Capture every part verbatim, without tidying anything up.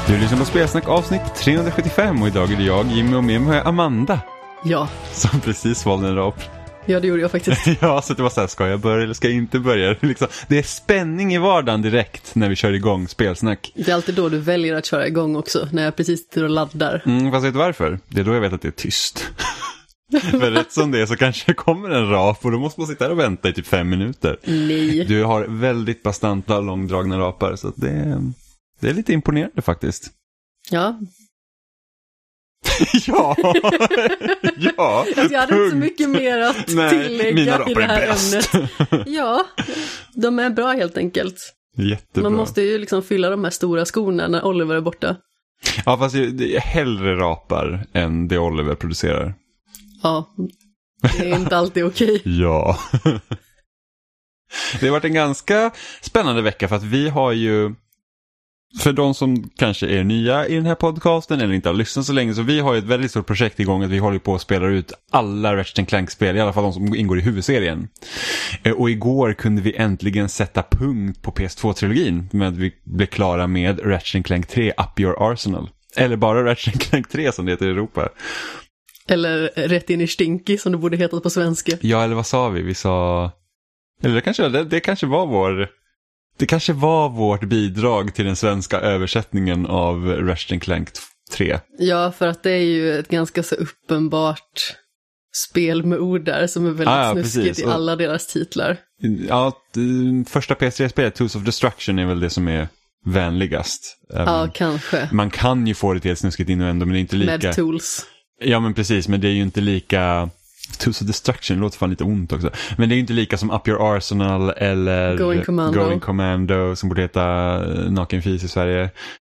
Du lyssnar på Spelsnack avsnitt trehundrasjuttiofem och idag är det jag, Jimmy, och med mig har jag Amanda. Ja. Som precis valde en rap. Ja, det gjorde jag faktiskt. Ja, så det var så här, ska jag börja eller ska jag inte börja? Liksom, det är spänning i vardagen direkt när vi kör igång Spelsnack. Det är alltid då du väljer att köra igång också, när jag precis sitter och laddar. Mm, fast vet du varför? Det är då jag vet att det är tyst. För rätt som det är så kanske det kommer en rap och då måste man sitta här och vänta i typ fem minuter. Nej. Du har väldigt bastanta, långdragna rapar, så att det, det är lite imponerande faktiskt. Ja. Ja, ja. Alltså jag hade inte så mycket mer att Nej, tillägga i det här ämnet. Ja, de är bra helt enkelt. Jättebra. Man måste ju liksom fylla de här stora skorna när Oliver är borta. Ja, fast det är hellre rapar än det Oliver producerar. Ja, det är inte alltid okej. Ja. Det har varit en ganska spännande vecka för att vi har ju, för de som kanske är nya i den här podcasten eller inte har lyssnat så länge, så vi har ju ett väldigt stort projekt igång att vi håller på att spela ut alla Ratchet and Clank-spel, i alla fall de som ingår i huvudserien. Och igår kunde vi äntligen sätta punkt på P S två-trilogin med att vi blev klara med Ratchet and Clank tre Up Your Arsenal. Eller bara Ratchet and Clank tre som det heter i Europa. Eller Rätt in i Stinky som det borde heta på svenska. Ja, eller vad sa vi? Vi sa... Eller det kanske, det, det kanske var vår... Det kanske var vårt bidrag till den svenska översättningen av Ratchet and Clank tre. Ja, för att det är ju ett ganska så uppenbart spel med ord där som är väldigt ah, ja, snuskigt precis. i alla deras titlar. Ja, det, första P S tre-spelet, Tools of Destruction, är väl det som är vänligast. Ja, um, kanske. Man kan ju få det till ett snuskigt in och ändå, men det är inte lika... Med tools. Ja, men precis, men det är ju inte lika... Tools of Destruction låter fan lite ont också. Men det är ju inte lika som Up Your Arsenal eller Going Commando, Going Commando som borde heta Naken Fis i Sverige.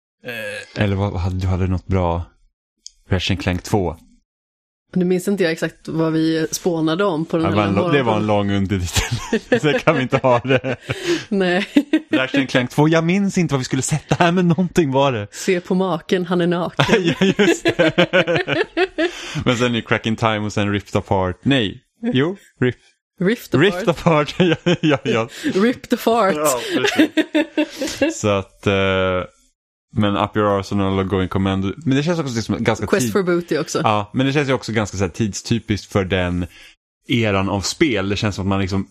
Eh, eller vad, vad hade du hade något bra? Ratchet and Clank två. Nu minns inte jag exakt vad vi spånade om på den ja, här lång, det var en lång undertitel. Så kan vi inte ha det. Nej. Ratchet and Clank två, jag minns inte vad vi skulle sätta här, men någonting var det. Se på maken, han är naken. Ja, just det. Men sen är Crack in Time och sen Rift Apart. Nej, jo, Rift. Rift Apart. Rift Apart, ja, ja, ja. Ripped Apart. Ja, precis. Så att... Uh... Men Up Your Arsenal och Going Commando. Men det känns också liksom ganska... Quest tid... for Booty också. Ja, men det känns ju också ganska så här, tidstypiskt för den eran av spel. Det känns som att man liksom...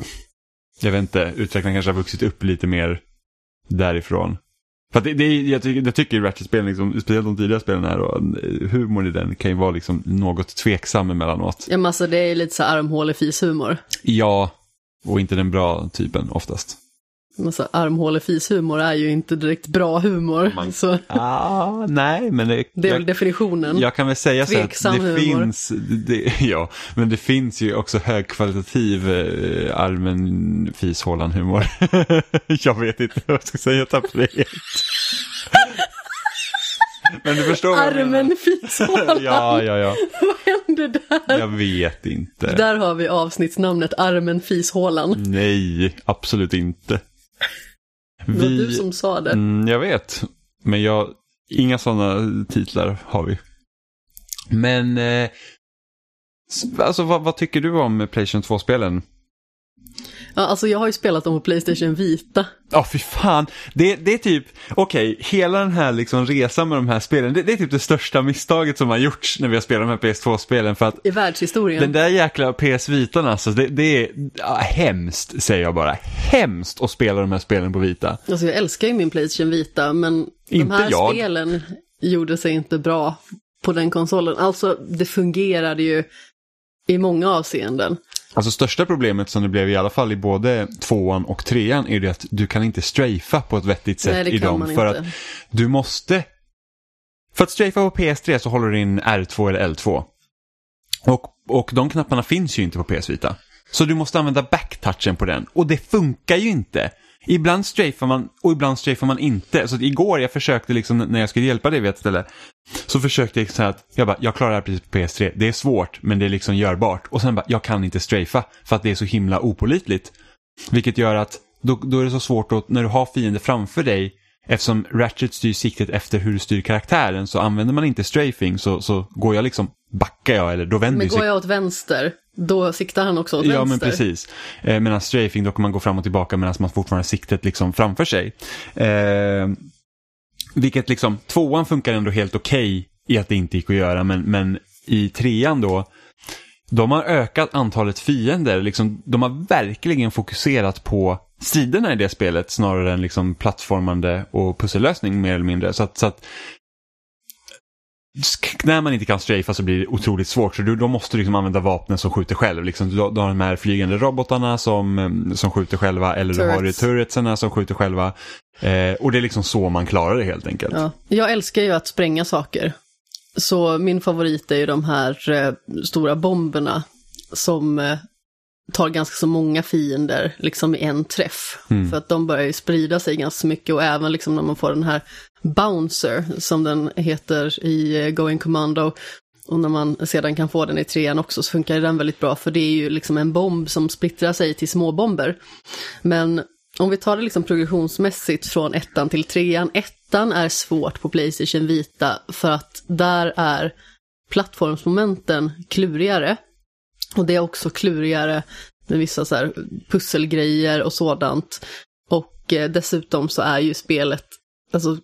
Jag vet inte, utvecklingen kanske har vuxit upp lite mer därifrån. För att det, det är, jag, tycker, jag tycker Ratchet-spelen, liksom, speciellt de tidiga spelen här, och humorn i den kan ju vara liksom något tveksam emellanåt. Ja, men alltså det är lite så armhålefishumor. Ja, och inte den bra typen oftast. Alltså, armhålefishumor är ju inte direkt bra humor. Man... Så. Ah, nej, men det, det är jag, väl definitionen. Jag kan väl säga så att det humor. finns, det, ja, men det finns ju också högkvalitativ eh, armen fishålan humor. Jag vet inte vad jag ska säga, tapp det helt. Men du förstår vad armen fishålan. Ja, ja, ja. Vad hände där? Jag vet inte. Där har vi avsnittsnamnet Armen fishålan. Nej, absolut inte. Det var vi... du som sa det. Mm, jag vet. Men jag... Inga sådana titlar har vi. Men... Eh... Alltså, vad, vad tycker du om PlayStation två-spelen? Ja, alltså jag har ju spelat dem på PlayStation Vita. Ja, oh, fy fan. Det, det är typ... Okej, okay, hela den här liksom resan med de här spelen, det, det är typ det största misstaget som har gjorts när vi har spelat de här P S två-spelen. För att i världshistorien. Den där jäkla P S-vitan, alltså, det, det är ja, hemskt, säger jag bara. Hemskt att spela de här spelen på Vita. Alltså jag älskar ju min PlayStation Vita, men inte de här jag. spelen gjorde sig inte bra på den konsolen. Alltså det fungerade ju i många avseenden. Alltså största problemet som det blev i alla fall i både tvåan och trean är det att du kan inte strafa på ett vettigt sätt. Nej, det i kan dem. man För inte. att du måste... För att strafa på P S tre så håller du in R två eller L två. Och, och de knapparna finns ju inte på P S Vita. Så du måste använda backtouchen på den. Och det funkar ju inte. Ibland strafar man och ibland strafar man inte. Så att igår jag försökte liksom, när jag skulle hjälpa dig vid ett ställe, så försökte jag så att jag bara, jag klarar det här precis på P S tre. Det är svårt, men det är liksom görbart. Och sen bara, jag kan inte strafa för att det är så himla opålitligt. Vilket gör att då, då är det så svårt att, när du har fiender framför dig, eftersom Ratchet styr siktet efter hur du styr karaktären, så använder man inte strafing, så, så går jag liksom, backar jag eller då vänder men sig. går jag åt vänster, då siktar han också åt ja, vänster. Ja, men precis. Eh, medan strafing, då kan man gå fram och tillbaka medan man fortfarande har siktet liksom framför sig. Eh, vilket liksom, tvåan funkar ändå helt okej okay i att det inte gick att göra, men, men i trean då, de har ökat antalet fiender, liksom, de har verkligen fokuserat på striderna i det spelet snarare än liksom plattformande och pussellösning mer eller mindre, så att, så att när man inte kan strafa så blir det otroligt svårt, så du, då måste du liksom använda vapnen som skjuter själv, liksom, du, du har de här flygande robotarna som, som skjuter själva, eller Turrets. Du har ju turretsarna som skjuter själva, eh, och det är liksom så man klarar det helt enkelt. Ja. Jag älskar ju att spränga saker, så min favorit är ju de här eh, stora bomberna som eh, tar ganska så många fiender liksom i en träff, mm. för att de börjar ju sprida sig ganska mycket, och även liksom när man får den här Bouncer som den heter i Going Commando, och när man sedan kan få den i trean också, så funkar den väldigt bra, för det är ju liksom en bomb som splittrar sig till små bomber. Men om vi tar det liksom progressionsmässigt från ettan till trean, ettan är svårt på PlayStation Vita för att där är plattformsmomenten klurigare, och det är också klurigare med vissa så här pusselgrejer och sådant, och eh, dessutom så är ju spelet alltså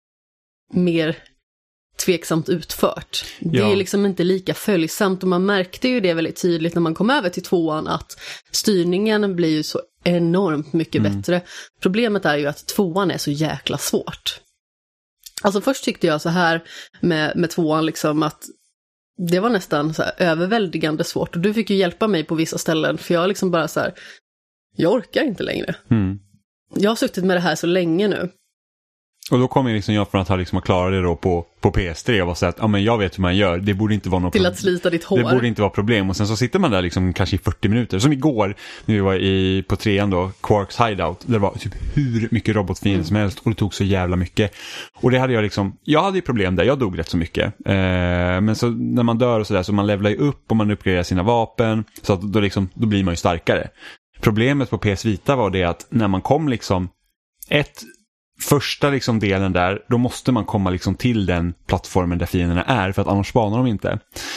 mer tveksamt utfört. Det ja. är liksom inte lika följsamt, och man märkte ju det väldigt tydligt när man kom över till tvåan, att styrningen blir ju så enormt mycket mm. bättre. Problemet är ju att tvåan är så jäkla svårt. Alltså först tyckte jag så här med, med tvåan liksom att det var nästan så här överväldigande svårt, och du fick ju hjälpa mig på vissa ställen, för jag liksom bara så här, jag orkar inte längre. Mm. Jag har suttit med det här så länge nu. Och då kommer liksom jag från att ha liksom klarat det då på, på P S tre och säga att ja, men jag vet hur man gör, det borde inte vara något till att slita ditt hår. Det borde inte vara problem, och sen så sitter man där liksom kanske i fyrtio minuter, som igår när vi var i, på trean då, Quarks Hideout, där det var typ hur mycket robotfiender mm. som helst, och det tog så jävla mycket, och det hade jag liksom, jag hade ju problem där, jag dog rätt så mycket, eh, men så när man dör och sådär, så man levlar ju upp och man uppgraderar sina vapen, så att då, liksom, då blir man ju starkare. Problemet på P S Vita var det att när man kom liksom ett första liksom delen där, då måste man komma liksom till den plattformen där fienderna är, för att annars spanar de inte.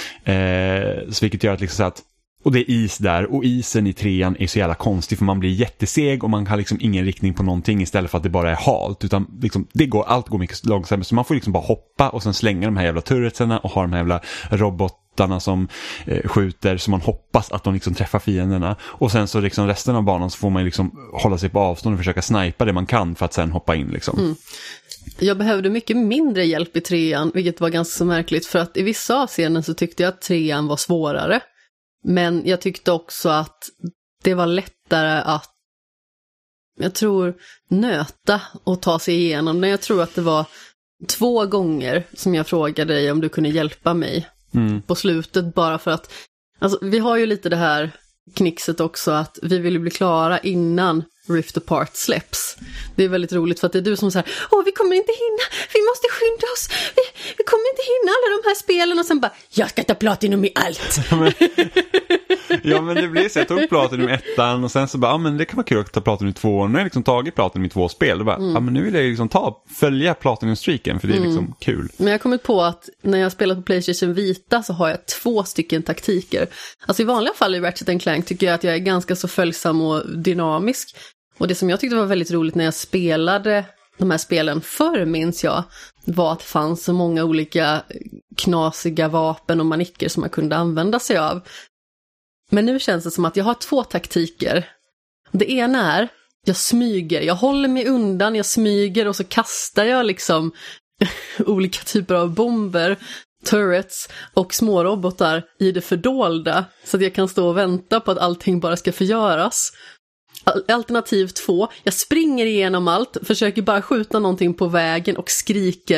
Eh, så vilket gör att liksom så att, och det är is där, och isen i trean är så jävla konstig, för man blir jätteseg och man har liksom ingen riktning på någonting, istället för att det bara är halt, utan liksom, det går, allt går mycket långsamt, så man får liksom bara hoppa och sen slänga de här jävla turretserna och ha de här jävla robotarna som eh, skjuter, så man hoppas att de liksom träffar fienderna, och sen så liksom resten av banan så får man liksom hålla sig på avstånd och försöka snipa det man kan för att sen hoppa in liksom. Mm. Jag behövde mycket mindre hjälp i trean, vilket var ganska så märkligt, för att i vissa avseenden så tyckte jag att trean var svårare. Men jag tyckte också att det var lättare att, jag tror, nöta och ta sig igenom. Men jag tror att det var två gånger som jag frågade dig om du kunde hjälpa mig mm. på slutet, bara för att, alltså, vi har ju lite det här knixet också att vi vill bli klara innan Rift Apart släpps. Det är väldigt roligt, för att det är du som säger, åh, vi kommer inte hinna, vi måste skynda oss, vi, vi kommer inte hinna alla de här spelen, och sen bara, jag ska ta platinum i allt. Ja, men det blir så, jag tog platinum ettan och sen så bara, ja men det kan vara kul att ta platinum i två, och nu har jag liksom tagit platinum i två spel, och bara, mm. ja men nu vill jag liksom ta, följa platinum-streaken, för det är mm. liksom kul. Men jag har kommit på att när jag spelat på PlayStation Vita så har jag två stycken taktiker. Alltså i vanliga fall i Ratchet and Clank tycker jag att jag är ganska så följsam och dynamisk. Och det som jag tyckte var väldigt roligt när jag spelade de här spelen förr, minns jag, var att det fanns så många olika knasiga vapen och manicker som man kunde använda sig av. Men nu känns det som att jag har två taktiker. Det ena är, jag smyger, jag håller mig undan, jag smyger och så kastar jag liksom olika typer av bomber, turrets och små robotar i det fördolda, så att jag kan stå och vänta på att allting bara ska förgöras. Alternativ två, jag springer igenom allt, försöker bara skjuta någonting på vägen och skriker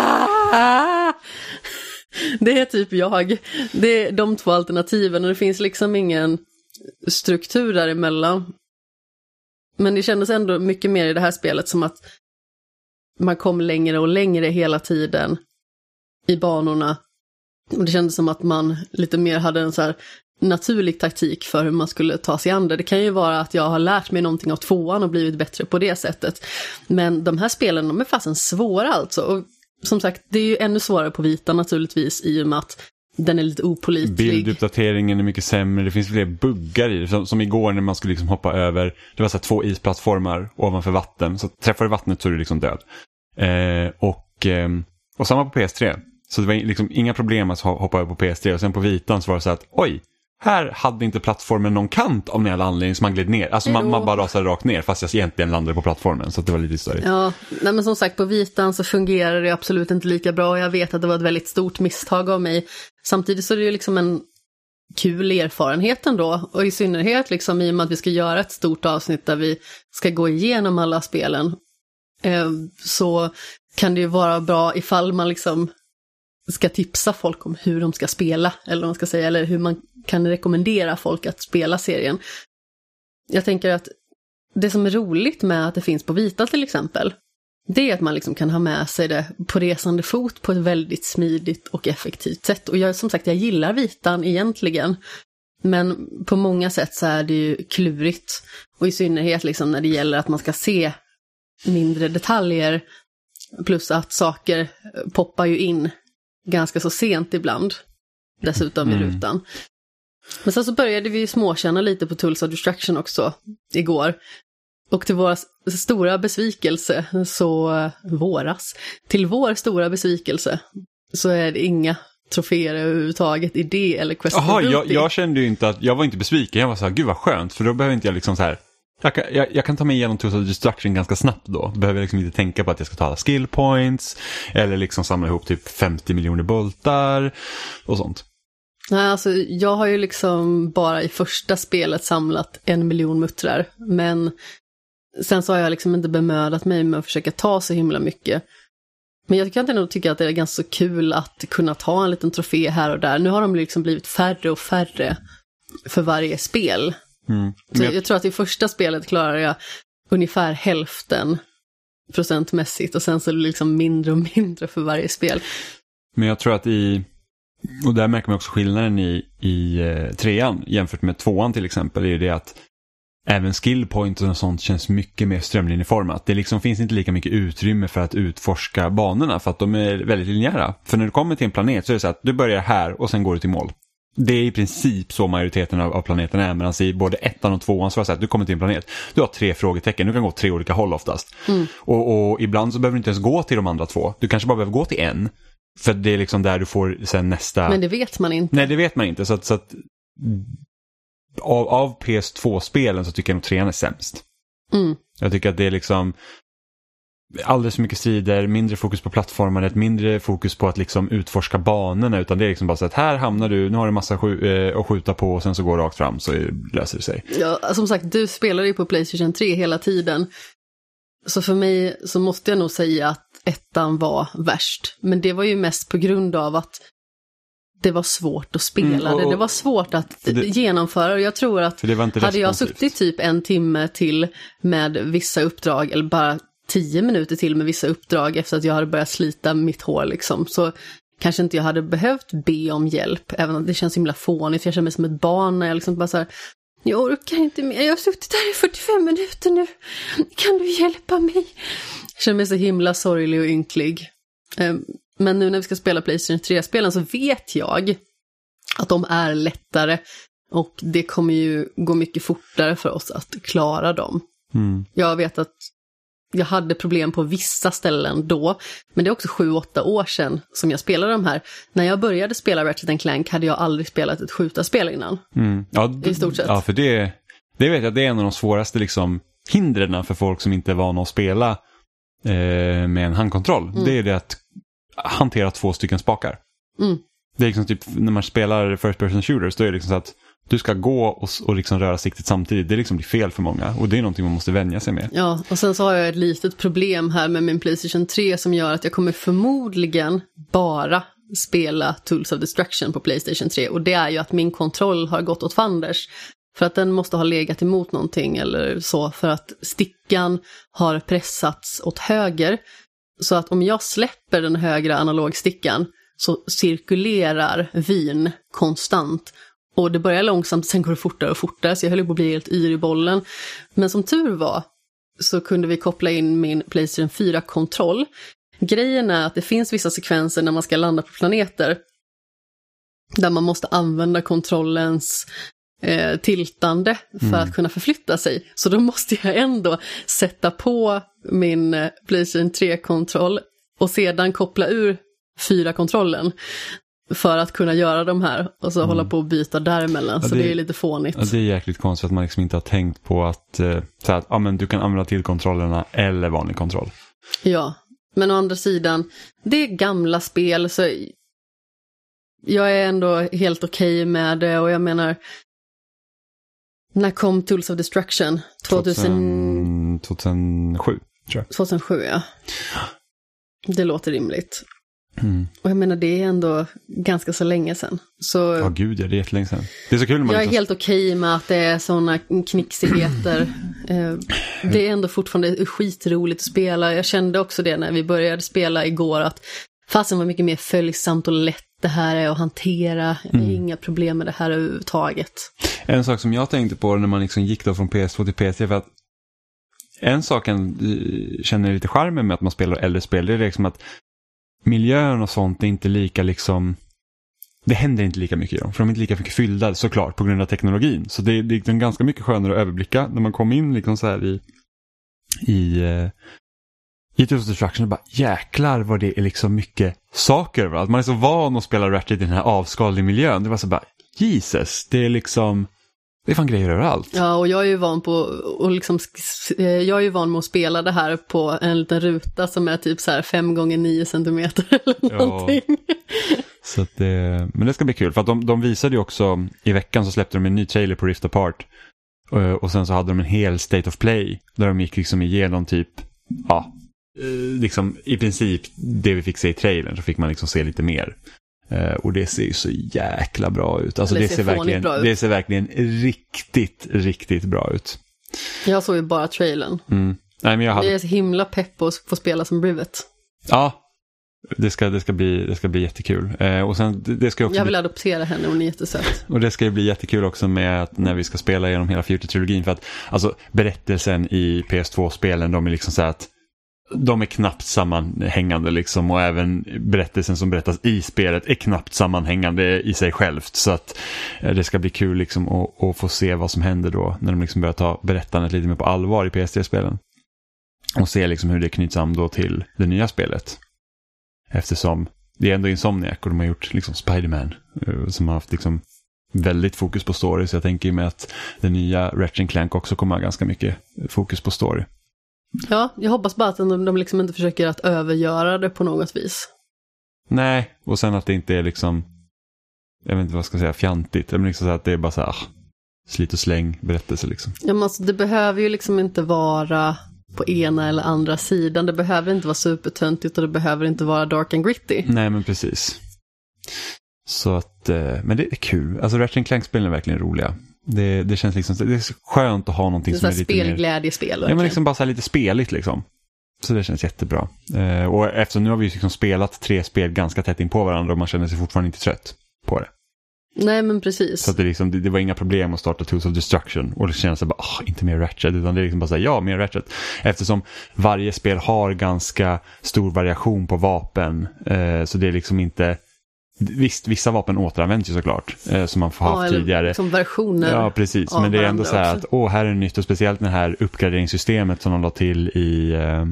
ah! Det är typ jag. Det är de två alternativen, och det finns liksom ingen struktur däremellan. Men det kändes ändå mycket mer i det här spelet som att man kom längre och längre hela tiden i banorna. Och det kändes som att man lite mer hade en så här naturlig taktik för hur man skulle ta sig an det. Det kan ju vara att jag har lärt mig någonting av tvåan och blivit bättre på det sättet. Men de här spelen, de är fasen svåra alltså. Och som sagt, det är ju ännu svårare på Vita naturligtvis, i och med att den är lite opålitlig. Bilduppdateringen är mycket sämre. Det finns fler buggar i det. Som, som igår när man skulle liksom hoppa över. Det var så här två isplattformar ovanför vatten. Så träffar du vattnet så är du liksom död. Eh, och och, eh, och samma på P S tre. Så det var liksom inga problem att hoppa över på P S tre. Och sen på Vitan så var det så att oj, här hade inte plattformen någon kant av någon anledning som man gled ner. Alltså man, man bara rasade rakt ner fast jag egentligen landade på plattformen. Så det var lite större. Ja, nej men som sagt på Vitan så fungerar det absolut inte lika bra. Jag vet att det var ett väldigt stort misstag av mig. Samtidigt så är det ju liksom en kul erfarenhet ändå. Och i synnerhet liksom i och med att vi ska göra ett stort avsnitt där vi ska gå igenom alla spelen. Eh, så kan det ju vara bra ifall man liksom ska tipsa folk om hur de ska spela, eller vad man ska säga, eller hur man kan rekommendera folk att spela serien. Jag tänker att det som är roligt med att det finns på Vita till exempel, det är att man liksom kan ha med sig det på resande fot på ett väldigt smidigt och effektivt sätt. Och jag, som sagt, jag gillar Vitan egentligen, men på många sätt så är det ju klurigt. Och i synnerhet liksom när det gäller att man ska se mindre detaljer, plus att saker poppar ju in ganska så sent ibland, dessutom i mm. rutan. Men sen så började vi småkänna lite på Tools of Destruction också igår. Och till vår stora besvikelse, så våras, till vår stora besvikelse, så är det inga troféer överhuvudtaget i det eller Quest for Jaha, Beauty. jag, jag kände ju inte att, jag var inte besviken, jag var så här, gud vad skönt, för då behöver inte jag liksom så här, jag kan, jag, jag kan ta mig igenom Tools of Destruction ganska snabbt då. Då behöver jag liksom inte tänka på att jag ska ta alla skill points eller liksom samla ihop typ femtio miljoner boltar och sånt. Nej, alltså jag har ju liksom bara i första spelet samlat en miljon muttrar, men sen så har jag liksom inte bemödat mig med att försöka ta så himla mycket. Men jag kan ändå tycka att det är ganska kul att kunna ta en liten trofé här och där. Nu har de liksom blivit färre och färre för varje spel. Mm. Så jag... jag tror att i första spelet klarar jag ungefär hälften procentmässigt och sen så är det liksom mindre och mindre för varje spel. Men jag tror att i, och där märker man också skillnaden i, i eh, trean jämfört med tvåan till exempel, är ju det att även skill points och sånt känns mycket mer strömlinjeformat. Det liksom finns inte lika mycket utrymme för att utforska banorna för att de är väldigt linjära. För när du kommer till en planet så är det så att du börjar här och sen går du till mål. Det är i princip så majoriteten av, av planeterna är, men alltså i både ettan och tvåan så var det så att du kommer till en planet, du har tre frågetecken, du kan gå tre olika håll oftast. Mm. Och, och ibland så behöver du inte ens gå till de andra två, du kanske bara behöver gå till en, för det är liksom där du får sen nästa... Men det vet man inte. Nej, det vet man inte, så att, så att av, av P S två-spelen så tycker jag nog trean är sämst. Mm. Jag tycker att det är liksom alldeles för mycket strider, mindre fokus på plattformarna, mindre fokus på att liksom utforska banorna, utan det är liksom bara så att här hamnar du, nu har du en massa skj- eh, att skjuta på och sen så går det rakt fram så löser det sig. Ja, som sagt, du spelar ju på PlayStation tre hela tiden. Så för mig så måste jag nog säga att ettan var värst. Men det var ju mest på grund av att det var svårt att spela mm, och, det. Det var svårt att det, genomföra. Och jag tror att hade jag suttit typ en timme till med vissa uppdrag, eller bara tio minuter till med vissa uppdrag efter att jag hade börjat slita mitt hår liksom, så kanske inte jag hade behövt be om hjälp, även om det känns himla fånigt. Jag känner mig som ett barn när jag liksom bara så här, jag orkar inte mer, jag har suttit här i fyrtiofem minuter nu, kan du hjälpa mig? Jag känner mig så himla sorglig och ynklig. Men nu när vi ska spela PlayStation tre-spelen så vet jag att de är lättare och det kommer ju gå mycket fortare för oss att klara dem. Mm. Jag vet att jag hade problem på vissa ställen då, men det är också sju åtta år sedan som jag spelade de här. När jag började spela Ratchet and Clank hade jag aldrig spelat ett skjutarspel innan. Mm. Ja, d- i stort sett. Ja, för det, det vet jag, det är en av de svåraste liksom hindren för folk som inte är vana att spela eh, med en handkontroll. Mm. Det är det att hantera två stycken spakar. Mm. Det är liksom typ när man spelar first person shooters, då är det liksom så att du ska gå och, och liksom röra siktet samtidigt. Det liksom blir fel för många. Och det är någonting man måste vänja sig med. Ja, och sen så har jag ett litet problem här med min PlayStation tre som gör att jag kommer förmodligen bara spela Tools of Destruction på PlayStation tre. Och det är ju att min kontroll har gått åt fanders. För att den måste ha legat emot någonting eller så. För att stickan har pressats åt höger. Så att om jag släpper den högra analogstickan så cirkulerar vin konstant. Och det börjar långsamt, sen går det fortare och fortare, så jag höll på att bli helt yr i bollen. Men som tur var så kunde vi koppla in min PlayStation fyra-kontroll. Grejen är att det finns vissa sekvenser när man ska landa på planeter där man måste använda kontrollens eh, tiltande för mm. att kunna förflytta sig. Så då måste jag ändå sätta på min PlayStation tre-kontroll och sedan koppla ur fyra kontrollen för att kunna göra de här och så mm. hålla på och byta däremellan. Ja, så det, det är lite fånigt. Ja, det är jäkligt konstigt att man liksom inte har tänkt på att, eh, så att ja, men du kan använda till kontrollerna eller vanlig kontroll. Ja, men å andra sidan, det är gamla spel så jag är ändå helt okej med det och jag menar, när kom Tools of Destruction? tvåtusen... tvåtusensju, tror jag. tvåtusensju, ja. Det låter rimligt. Mm. Och jag menar, det är ändå ganska så länge sedan. Så ja, gud, ja, det är jättelänge sedan. Det är så kul när man jag är liksom... helt okej med att det är sådana knixigheter. Det är ändå fortfarande skitroligt att spela. Jag kände också det när vi började spela igår, att fastän var mycket mer följsamt och lätt det här är att hantera. Jag har mm. inga problem med det här överhuvudtaget. En sak som jag tänkte på när man liksom gick då från P S två till P C, för att en sak jag känner lite charmen med att man spelar äldre spel, det är liksom att miljön och sånt är inte lika liksom, det händer inte lika mycket i dem, för de är inte lika mycket fyllda såklart på grund av teknologin. Så det är liksom ganska mycket skönare att överblicka när man kommer in liksom så här i i i Tools of Destruction och bara jäklar vad det är liksom mycket saker överallt. Man är så van att spela Ratchet i den här avskalade miljön. Det var så bara, Jesus, det är liksom, det är fan grejer överallt. Ja, och jag är ju van på och liksom, jag är ju van med att spela det här på en liten ruta som är typ så här fem gånger nio centimeter eller någonting. Ja. Så att det, men det ska bli kul, för att de, de visade ju också i veckan, så släppte de en ny trailer på Rift Apart och, och sen så hade de en hel State of Play där de gick liksom igenom typ, ja, liksom i princip det vi fick se i trailern, så fick man liksom se lite mer. Uh, och det ser ju så jäkla bra ut. Alltså det, det, ser, ser verkligen, det ser verkligen riktigt, riktigt bra ut. Jag såg ju bara trailern. Mm. Nej, men jag hade... Det är så himla pepp på att få spela som Rivet. Ja, det ska, det ska, bli, det ska bli jättekul. Uh, och sen, det ska också jag vill bli... adoptera henne, hon är jättesöt. Och det ska ju bli jättekul också med att när vi ska spela genom hela Future-trilogin, för att alltså, berättelsen i P S två-spelen, de är liksom så här att de är knappt sammanhängande liksom, och även berättelsen som berättas i spelet är knappt sammanhängande i sig självt, så att det ska bli kul liksom att, att få se vad som händer då när de liksom börjar ta berättandet lite mer på allvar i P S tre-spelen och se liksom hur det knyts an då till det nya spelet, eftersom det är ändå Insomniac och de har gjort liksom Spider-Man som har haft liksom väldigt fokus på story, så jag tänker med att den nya Ratchet and Clank också kommer ha ganska mycket fokus på story. Ja, jag hoppas bara att de, de liksom inte försöker att övergöra det på något vis. Nej, och sen att det inte är liksom, jag vet inte vad jag ska säga, fjantigt. Men liksom så att det är bara så här, slit och släng berättelse liksom. Ja, men alltså, det behöver ju liksom inte vara på ena eller andra sidan. Det behöver inte vara supertöntigt och det behöver inte vara dark and gritty. Nej, men precis. Så att, men det är kul. Alltså Ratchet and Clank-spelen är verkligen roliga. Det, det känns liksom, det är skönt att ha någonting som är lite mer... spelglädjespel. Ja, men liksom bara så här lite speligt liksom. Så det känns jättebra. Eh, och eftersom nu har vi liksom spelat tre spel ganska tätt in på varandra och man känner sig fortfarande inte trött på det. Nej, men precis. Så att det, liksom, det, det var inga problem att starta Tools of Destruction och det känns så bara, oh, inte mer Ratchet, utan det är liksom bara så här, ja, mer Ratchet. Eftersom varje spel har ganska stor variation på vapen, eh, så det är liksom inte... Visst, vissa vapen återanvänds ju såklart, eh, som man får ha haft ja, tidigare. Som versioner. Ja, precis. Men det är ändå så här att, åh, här är det nytt, och speciellt det här uppgraderingssystemet som de la till i, eh,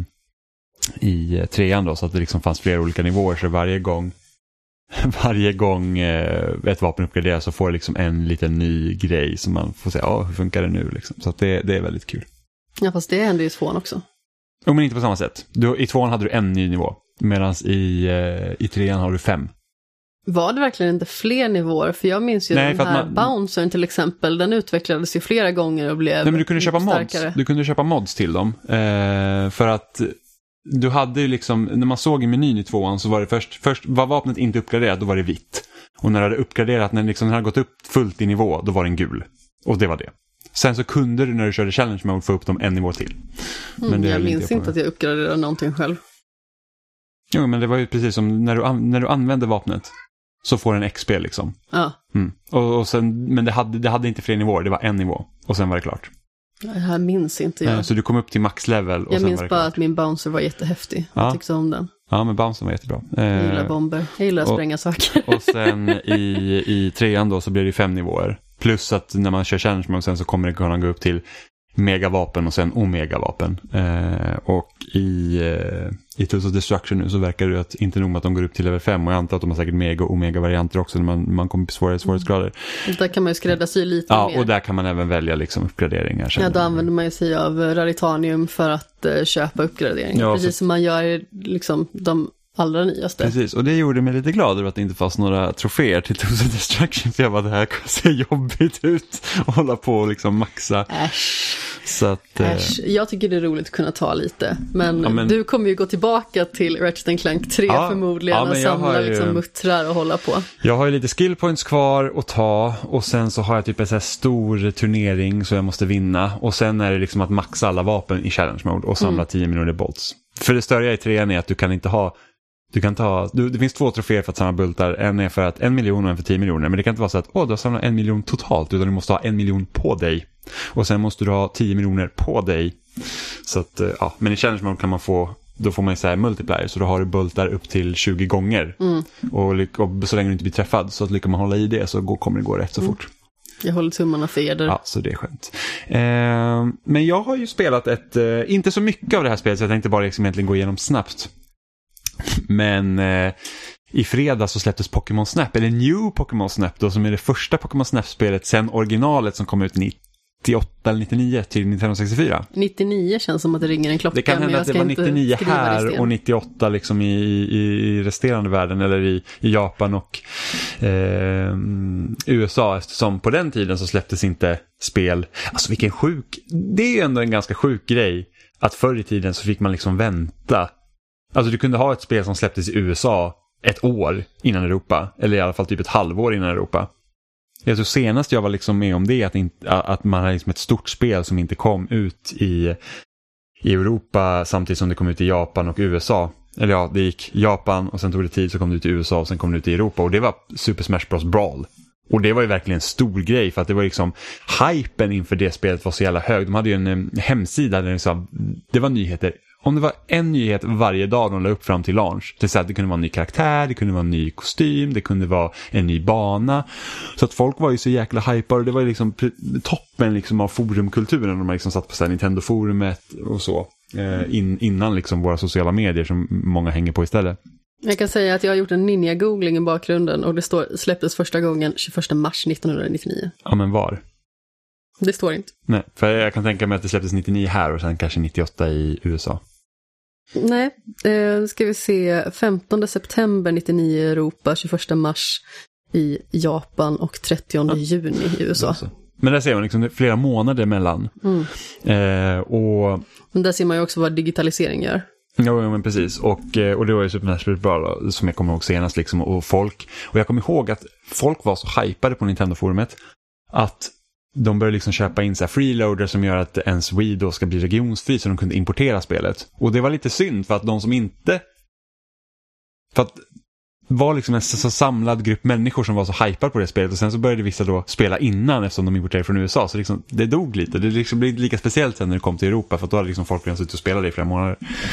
i trean då, så att det liksom fanns flera olika nivåer, så varje gång varje gång eh, ett vapen uppgraderas så får det liksom en liten ny grej som man får säga, ja, hur funkar det nu liksom. Så att det, det är väldigt kul. Ja, fast det händer ju i tvåan också. Jo, men inte på samma sätt. Du, i tvåan hade du en ny nivå, medan i, eh, i trean har du fem. Var det verkligen inte fler nivåer? För jag minns ju Nej, den här man... bouncern till exempel, den utvecklades ju flera gånger och blev Nej, men du kunde köpa starkare. mods. Du kunde köpa mods till dem. Eh, för att du hade ju liksom, när man såg i menyn i tvåan så var det först, först var vapnet inte uppgraderat, då var det vitt. Och när det hade uppgraderat, när liksom, den hade gått upp fullt i nivå, då var den gul. Och det var det. Sen så kunde du när du körde challenge mode få upp dem en nivå till. Mm, men det jag minns inte, inte att jag uppgraderade någonting själv. Jo, men det var ju precis som när du, an- när du använde vapnet. Så får den X P liksom. Ja. Mm. Och, och sen, men det hade, det hade inte fler nivåer, det var en nivå. Och sen var det klart. Det här minns inte jag. Så du kom upp till maxlevel och jag sen minns var det bara klart. Att min bouncer var jättehäftig. Ja. Jag tyckte om den. Ja, men bouncern var jättebra. Jag gillar bomber. Jag gillar att och, spränga saker. Och sen i, i trean då så blir det fem nivåer. Plus att när man kör challenge mode sen så kommer det kunna gå upp till megavapen och sen omegavapen. Eh, och i, eh, i Tools of Destruction nu så verkar det att inte nog med att de går upp till level fem, och jag antar att de har säkert mega och omega varianter också när man, man kommer på svårare svårighetsgrader. Mm. Där kan man ju skräddarsy lite ja, mer. Ja, och där kan man även välja liksom uppgraderingar. Ja, då använder man ju sig av Raritanium för att uh, köpa uppgraderingar. Ja, precis för... som man gör i liksom de allra nyaste. Precis, och det gjorde mig lite glad över att det inte fanns några troféer till Tools of Destruction, för jag bara, det här ser jobbigt ut och hålla på och liksom maxa. Äsch. Så att, Äsch. Jag tycker det är roligt att kunna ta lite, men, ja, men... du kommer ju gå tillbaka till Ratchet and Clank tre ja, förmodligen ja, och samla ju... liksom muttrar och hålla på. Jag har ju lite skill points kvar att ta, och sen så har jag typ en så här stor turnering så jag måste vinna, och sen är det liksom att maxa alla vapen i challenge mode och samla mm. tio miljoner bolts. För det störiga i trean är att du kan inte ha Du kan ta, du, det finns två troféer för att samla bultar. En är för att en miljon och en för tio miljoner. Men det kan inte vara så att åh, du har samlat en miljon totalt, utan du måste ha en miljon på dig. Och sen måste du ha tio miljoner på dig. Så att, ja, men i challenge mode kan man få, då får man ju säga multiplier. Så då har du bultar upp till tjugo gånger. Mm. Och, och så länge du inte blir träffad, så att lyckas man hålla i det så går, kommer det gå rätt så mm. fort. Jag håller tummarna för er där. Ja, så det är skönt. Eh, men jag har ju spelat ett, eh, inte så mycket av det här spelet, så jag tänkte bara liksom egentligen gå igenom snabbt. Men eh, i fredag så släpptes Pokémon Snap, eller New Pokémon Snap då, som är det första Pokémon Snap-spelet sen originalet som kom ut nittioåtta eller nittionio till Nintendo sextiofyra. nittionio känns som att det ringer en klocka. Det kan hända att det var nittionio här och nittioåtta liksom i, i, i resterande världen, eller i, i Japan och eh, U S A, eftersom på den tiden så släpptes inte spel. Alltså vilken sjuk, det är ju ändå en ganska sjuk grej att förr i tiden så fick man liksom vänta. Alltså du kunde ha ett spel som släpptes i U S A ett år innan Europa, eller i alla fall typ ett halvår innan Europa. Jag tror senast jag var liksom med om det, att, inte, att man hade liksom ett stort spel som inte kom ut i, i Europa samtidigt som det kom ut i Japan och U S A. Eller ja, det gick Japan och sen tog det tid, så kom det ut i U S A och sen kom det ut i Europa, och det var Super Smash Bros. Brawl. Och det var ju verkligen en stor grej, för att det var liksom hypen inför det spelet var så jävla hög. De hade ju en, en hemsida där liksom, det var nyheter. Om det var en nyhet varje dag de la upp fram till launch. Det, så att det kunde vara en ny karaktär, det kunde vara en ny kostym, det kunde vara en ny bana. Så att folk var ju så jäkla hypade, och det var ju liksom toppen liksom av forumkulturen. De har liksom satt på så här Nintendo-forumet och så. Eh, in, innan liksom våra sociala medier som många hänger på istället. Jag kan säga att jag har gjort en ninja-googling i bakgrunden, och det står släpptes första gången tjugoförsta mars nittonhundranittionio. Ja, men var? Det står inte. Nej, för jag kan tänka mig att det släpptes nittionio här och sen kanske nittioåtta i U S A. Nej, eh, ska vi se, femtonde september nittionio i Europa, tjugoförsta mars i Japan och trettionde juni i U S A. Alltså. Men där ser man liksom flera månader mellan. Mm. Eh, och... Men där ser man ju också vad digitalisering gör. Ja, men precis. Och, och det var ju Super Smash Bros. Brawl som jag kommer ihåg senast liksom, och folk, och jag kommer ihåg att folk var så hypade på Nintendo-forumet att de började liksom köpa in så här freeloader som gör att ens Wii då ska bli regionsfri, så de kunde importera spelet. Och det var lite synd, för att de som inte, för att var liksom en så, så samlad grupp människor som var så hypade på det spelet, och sen så började vissa då spela innan eftersom de importerade från U S A, så liksom, det dog lite. Det liksom blev lika speciellt sen när det kom till Europa, för att då hade liksom folk redan suttit och spelat det i flera månader.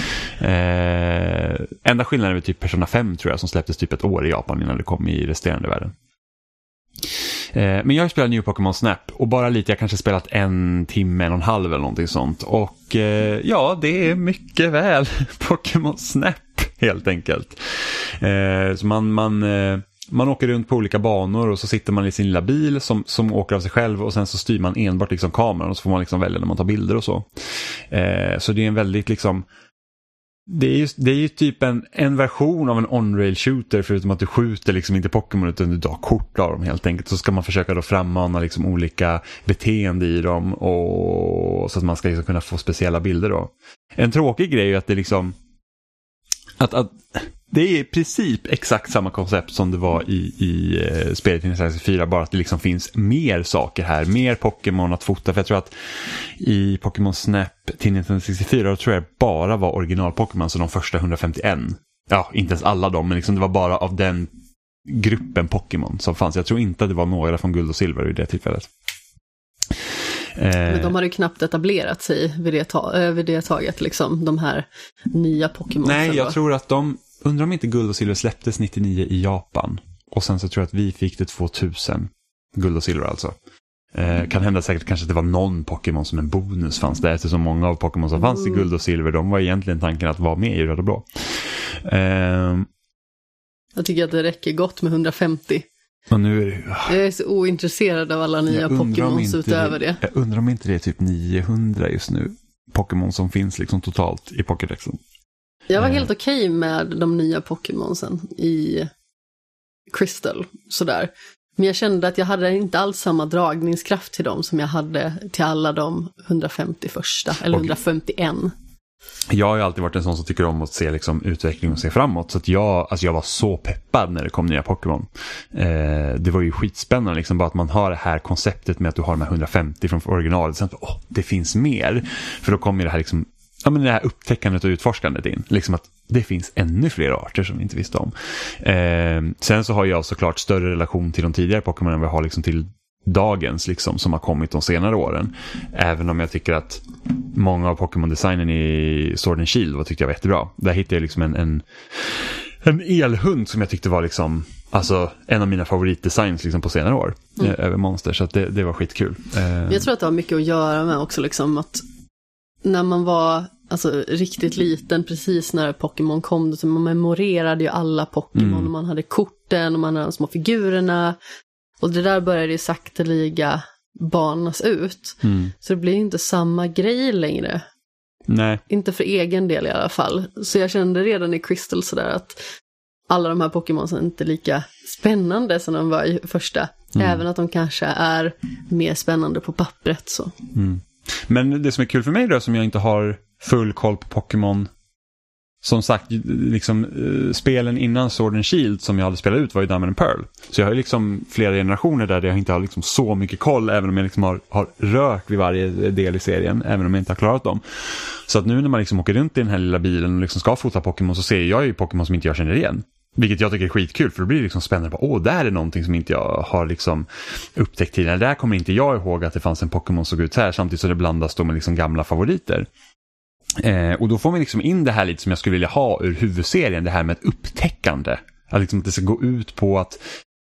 Eh, enda skillnaden är typ Persona fem tror jag, som släpptes typ ett år i Japan innan det kom i resterande världen. Eh, men jag har spelat New Pokémon Snap, och bara lite, jag kanske spelat en timme, en och en halv eller någonting sånt. Och eh, ja, det är mycket väl Pokémon Snap helt enkelt. Eh, så man, man, eh, man åker runt på olika banor, och så sitter man i sin lilla bil som, som åker av sig själv, och sen så styr man enbart liksom kameran, och så får man liksom välja när man tar bilder och så. Eh, så det är en väldigt liksom, det är ju, det är ju typ en, en version av en on-rail shooter, förutom att du skjuter liksom inte Pokémon utan du tar kort av dem helt enkelt. Så ska man försöka då frammana liksom olika beteende i dem, och så att man ska liksom kunna få speciella bilder då. En tråkig grej är ju att det liksom att, att det är i princip exakt samma koncept som det var i, i uh, spelet i Nintendo sextiofyra, bara att det liksom finns mer saker här, mer Pokémon att fota. För jag tror att i Pokémon Snap till Nintendo sextiofyra då tror jag bara var original Pokémon, så de första hundrafemtioett. Ja, inte ens alla dem, men liksom det var bara av den gruppen Pokémon som fanns. Jag tror inte att det var några från guld och silver vid det tillfället. Men de hade ju knappt etablerat sig vid det, ta- vid det taget, liksom, de här nya Pokémon. Nej, jag tror att de, undrar om inte guld och silver släpptes nittionio i Japan. Och sen så tror jag att vi fick det tvåtusen, guld och silver alltså. Eh, kan hända säkert kanske att det var någon Pokémon som en bonus fanns där, eftersom många av Pokémon som fanns i guld och silver, de var egentligen tanken att vara med i röd och blå. Eh, jag tycker att det räcker gott med hundrafemtio. och nu är det, jag är så ointresserad av alla nya Pokémons utöver det. Jag undrar om inte det är typ niohundra just nu Pokémon som finns liksom totalt i Pokédexen. Jag var helt okej okay med de nya Pokémonsen i Crystal, sådär. Men jag kände att jag hade inte alls samma dragningskraft till dem som jag hade till alla de hundrafemtio första, eller hundrafemtioen. Jag har ju alltid varit en sån som tycker om att se liksom utveckling och se framåt. Så att jag, alltså jag var så peppad när det kom nya Pokémon. Eh, det var ju skitspännande liksom, bara att man har det här konceptet med att du har de här hundrafemtio från originalet. Sen, åh, det finns mer. För då kommer det här liksom, ja, men det här upptäckandet och utforskandet in. Liksom att det finns ännu fler arter som vi inte visste om. Eh, sen så har jag såklart större relation till de tidigare Pokémon än vi har liksom till dagens liksom, som har kommit de senare åren. Även om jag tycker att många av Pokémon-designen i Sword and Shield var, tyckte jag var jättebra. Där hittade jag liksom en, en, en elhund som jag tyckte var liksom, alltså en av mina favoritdesigns liksom på senare år mm. eh, över monster. Så att det, det var skitkul. Eh, jag tror att det har mycket att göra med också liksom att när man var alltså riktigt liten, precis när Pokémon kom, så man memorerade ju alla Pokémon mm. och man hade korten och man hade de små figurerna. Och det där började ju sakteliga banas ut. Mm. Så det blir inte samma grej längre. Nej. Inte för egen del i alla fall. Så jag kände redan i Crystal sådär att alla de här Pokémon är inte lika spännande som de var i första. Mm. Även att de kanske är mer spännande på pappret. Så. Mm. Men det som är kul för mig då, som jag inte har full koll på Pokémon, som sagt, liksom, uh, spelen innan Sword and Shield som jag hade spelat ut var ju Diamond and Pearl. Så jag har ju liksom flera generationer där jag inte har liksom så mycket koll, även om jag liksom har, har rört vid varje del i serien, även om jag inte har klarat dem. Så att nu när man liksom åker runt i den här lilla bilen och liksom ska fota Pokémon, så ser jag ju Pokémon som inte jag känner igen. Vilket jag tycker är skitkul, för då blir det liksom spännande. Åh, där är någonting som inte jag har liksom upptäckt tidigare. Där kommer inte jag ihåg att det fanns en Pokémon såg ut här, samtidigt så det blandas då med liksom gamla favoriter. Eh, och då får man liksom in det här lite som jag skulle vilja ha ur huvudserien, det här med ett upptäckande. Att, liksom, att det ska gå ut på att,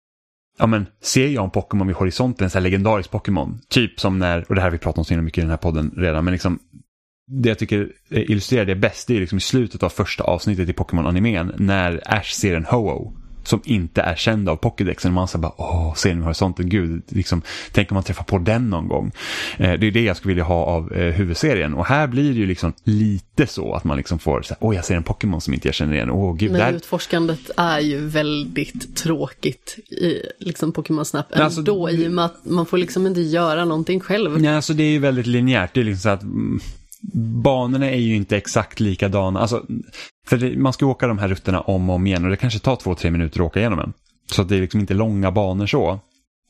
ja men, ser jag en Pokémon vid horisonten, en sån här legendarisk Pokémon, typ som när, och det här har vi pratat om så mycket i den här podden redan, men liksom det jag tycker illustrerar det bäst, det är liksom i slutet av första avsnittet i Pokémon-animen, när Ash ser en Ho-Oh som inte är känd av Pokédexen. Man säger bara, åh, ser ni horisonten, gud, liksom, tänker man träffa på den någon gång. Eh, det är det jag skulle vilja ha av eh, huvudserien. Och här blir det ju liksom lite så att man liksom får så här, åh, jag ser en Pokémon som inte jag känner igen. Åh, gud, men där... utforskandet är ju väldigt tråkigt i liksom Pokémon Snap ändå, alltså, i och med att man får liksom inte göra någonting själv. Nej, alltså det är ju väldigt linjärt. Det är liksom så att mm, banorna är ju inte exakt likadana. Alltså, för det, man ska åka de här rutterna om och om igen, och det kanske tar två, tre minuter att åka igenom en. Så att det är liksom inte långa banor så.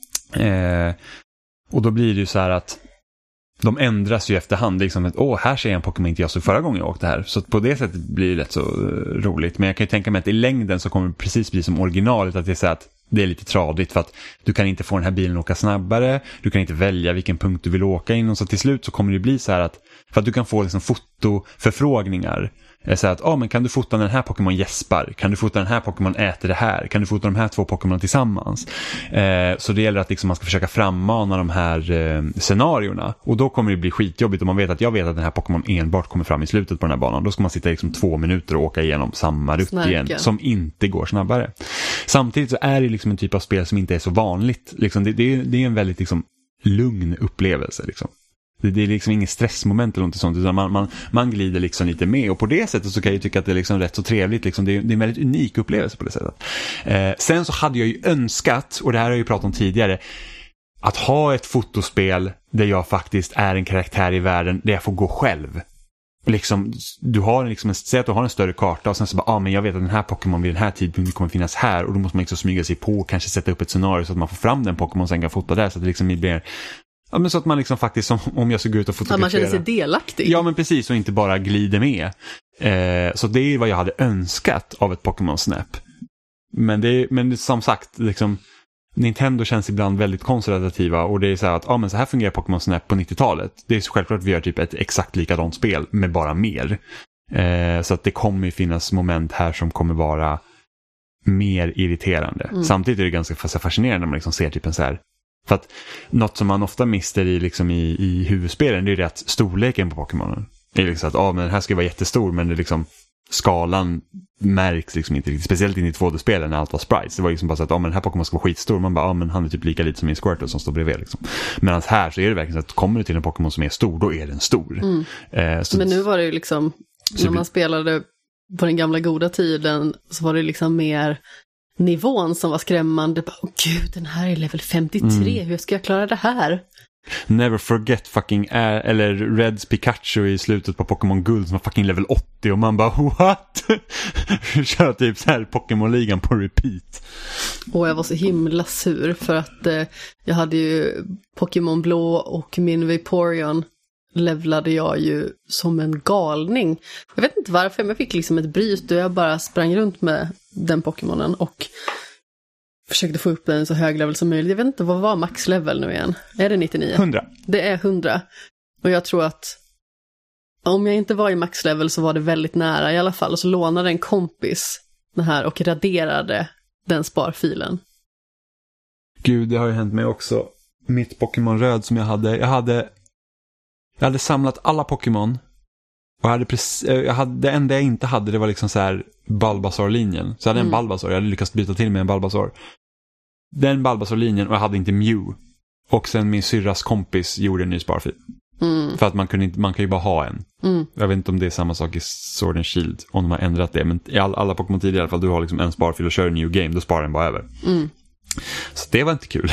Eh, och då blir det ju så här att de ändras ju efterhand. Liksom att, åh, här ser jag en Pokémon inte jag såg förra gången jag åkte här. Så på det sättet blir det rätt så uh, roligt. Men jag kan ju tänka mig att i längden så kommer det precis bli som originalet, att det är så att det är lite tradigt, för att du kan inte få den här bilen att åka snabbare, du kan inte välja vilken punkt du vill åka in, och så till slut så kommer det bli så här att, för att du kan få liksom fotoförfrågningar, så att, ah, men kan du fota den här Pokémon gäspar, kan du fota den här Pokémon äter det här, kan du fota de här två Pokémon tillsammans, eh, så det gäller att liksom man ska försöka frammana de här eh, scenarierna, och då kommer det bli skitjobbigt om man vet att jag vet att den här Pokémon enbart kommer fram i slutet på den här banan. Då ska man sitta liksom två minuter och åka igenom samma rutt igen, som inte går snabbare. Samtidigt så är det liksom en typ av spel som inte är så vanligt. Liksom, det, det, är, det är en väldigt liksom lugn upplevelse liksom. Det, det är liksom ingen stressmoment eller något sånt, utan man, man, man glider liksom lite med, och på det sättet så kan jag tycka att det är liksom rätt så trevligt liksom. Det, är, det är en väldigt unik upplevelse på det sättet. Eh, sen så hade jag ju önskat, och det här har jag ju pratat om tidigare, att ha ett fotospel där jag faktiskt är en karaktär i världen, där jag får gå själv. Liksom, du har liksom en, säg att du har en större karta, och sen så bara, ah, men jag vet att den här Pokémon vid den här tidpunkten kommer finnas här, och då måste man liksom smyga sig på och kanske sätta upp ett scenario så att man får fram den Pokémon och sen kan fota där, så att det liksom blir, ja, men så att man liksom faktiskt, som om jag såg ut och fotografera. Ja, man känner sig delaktig. Ja, men precis, och inte bara glider med. Eh, så det är vad jag hade önskat av ett Pokémon Snap. Men det, men som sagt, liksom, Nintendo känns ibland väldigt konservativa, och det är så här att, ja, men så här fungerar Pokémon Snap på nittiotalet. Det är så självklart att vi gör typ ett exakt likadant spel med bara mer. Eh, så att det kommer ju finnas moment här som kommer vara mer irriterande. Mm. Samtidigt är det ganska fascinerande när man liksom ser typ en så här För att något som man ofta mister i, liksom i, i huvudspelen, det är ju det att storleken på Pokémonen. Det är liksom att ah, men den här ska vara jättestor, men det är liksom skalan märks liksom inte riktigt. Speciellt in i två D-spelen när allt var sprites. Det var liksom bara så att ah, men den här Pokémon ska vara skitstor. Man bara, ah, men han är typ lika lite som en Squirtle som står bredvid liksom. Medan här så är det verkligen så att kommer du till en Pokémon som är stor, då är den stor. Mm. Eh, så, men nu var det ju liksom, när man spelade på den gamla goda tiden, så var det liksom mer nivån som var skrämmande. Åh oh, gud, den här är level femtiotre, mm. hur ska jag klara det här? Never forget fucking Air, eller Reds Pikachu i slutet på Pokémon Guld som var fucking level åttio, och man bara what? Kör typ så här Pokémon-ligan på repeat. Och jag var så himla sur för att eh, jag hade ju Pokémon Blå och min Vaporeon levlade jag ju som en galning. Jag vet inte varför, men jag fick liksom ett bryt och jag bara sprang runt med den Pokémonen och försökte få upp en så hög level som möjligt. Jag vet inte, vad var maxlevel nu igen? Är det nittionio? hundra. Det är hundra. Och jag tror att om jag inte var i maxlevel så var det väldigt nära i alla fall. Och så lånade en kompis den här och raderade den sparfilen. Gud, det har ju hänt mig också. Mitt Pokémon Röd som jag hade. Jag hade, jag hade samlat alla Pokémon. Och jag hade, precis, jag hade det enda jag inte hade, det var liksom så här Bulbasaur-linjen. Så jag hade mm. en Bulbasaur, jag hade lyckats byta till med en Bulbasaur. Den Bulbasaur-linjen, och jag hade inte Mew. Och sen min syrras kompis gjorde en ny sparfil. Mm. För att man, kunde inte, man kan ju bara ha en. Mm. Jag vet inte om det är samma sak i Sword and Shield, om de har ändrat det. Men i all, alla Pokémon tidigare i alla fall, du har liksom en sparfil och kör en new game, då sparar den bara över. Mm. Så det var inte kul.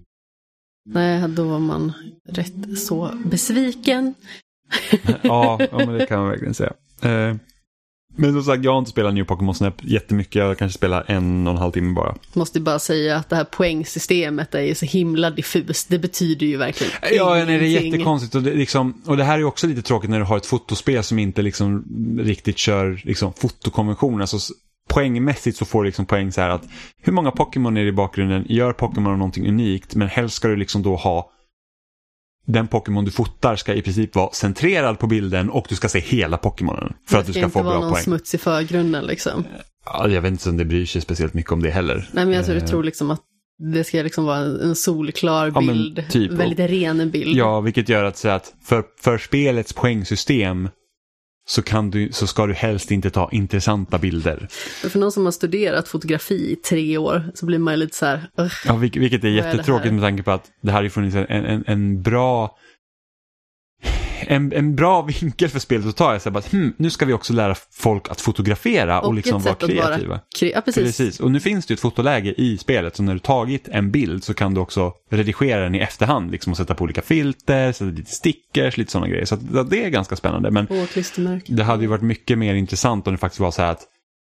Nej, då var man rätt så besviken. ja, ja, men det kan man verkligen säga. Eh, men som sagt, jag har inte spelat New Pokémon Snap jättemycket. Jag kanske spelar en och en halv timme bara. Måste bara säga att det här poängsystemet är ju så himla diffust. Det betyder ju verkligen ja, nej, det är jättekonstigt. Och det, liksom, och det här är ju också lite tråkigt när du har ett fotospel som inte liksom riktigt kör liksom, fotokonventioner. Alltså poängmässigt så får du liksom poäng så här att hur många Pokémon är det i bakgrunden? Gör Pokémon någonting unikt, men helst ska du liksom då ha den Pokémon du fotar ska i princip vara centrerad på bilden och du ska se hela Pokémonen för att du ska få bra poäng. Det ska inte vara någon smuts i förgrunden liksom. Ja, jag vet inte om det bryr sig speciellt mycket om det heller. Nej, men jag tror, jag tror liksom att det ska liksom vara en solklar bild, ja, typ, väldigt ren bild. Ja, vilket gör att, så att för, för spelets poängsystem så, kan du, så ska du helst inte ta intressanta bilder. För någon som har studerat fotografi i tre år så blir man lite så här... Uh, ja, vilket, vilket är jättetråkigt är med tanke på att det här har funnits en, en, en bra... En, en bra vinkel för spelet att ta är så att hmm, nu ska vi också lära folk att fotografera och, och liksom vara kreativa. Vara kre- ja, precis. precis. Och nu finns det ju ett fotoläge i spelet, så när du tagit en bild så kan du också redigera den i efterhand liksom, och sätta på olika filter, sätta lite stickers, lite sådana grejer. Så att, det är ganska spännande. Men det hade ju varit mycket mer intressant om det faktiskt var så här att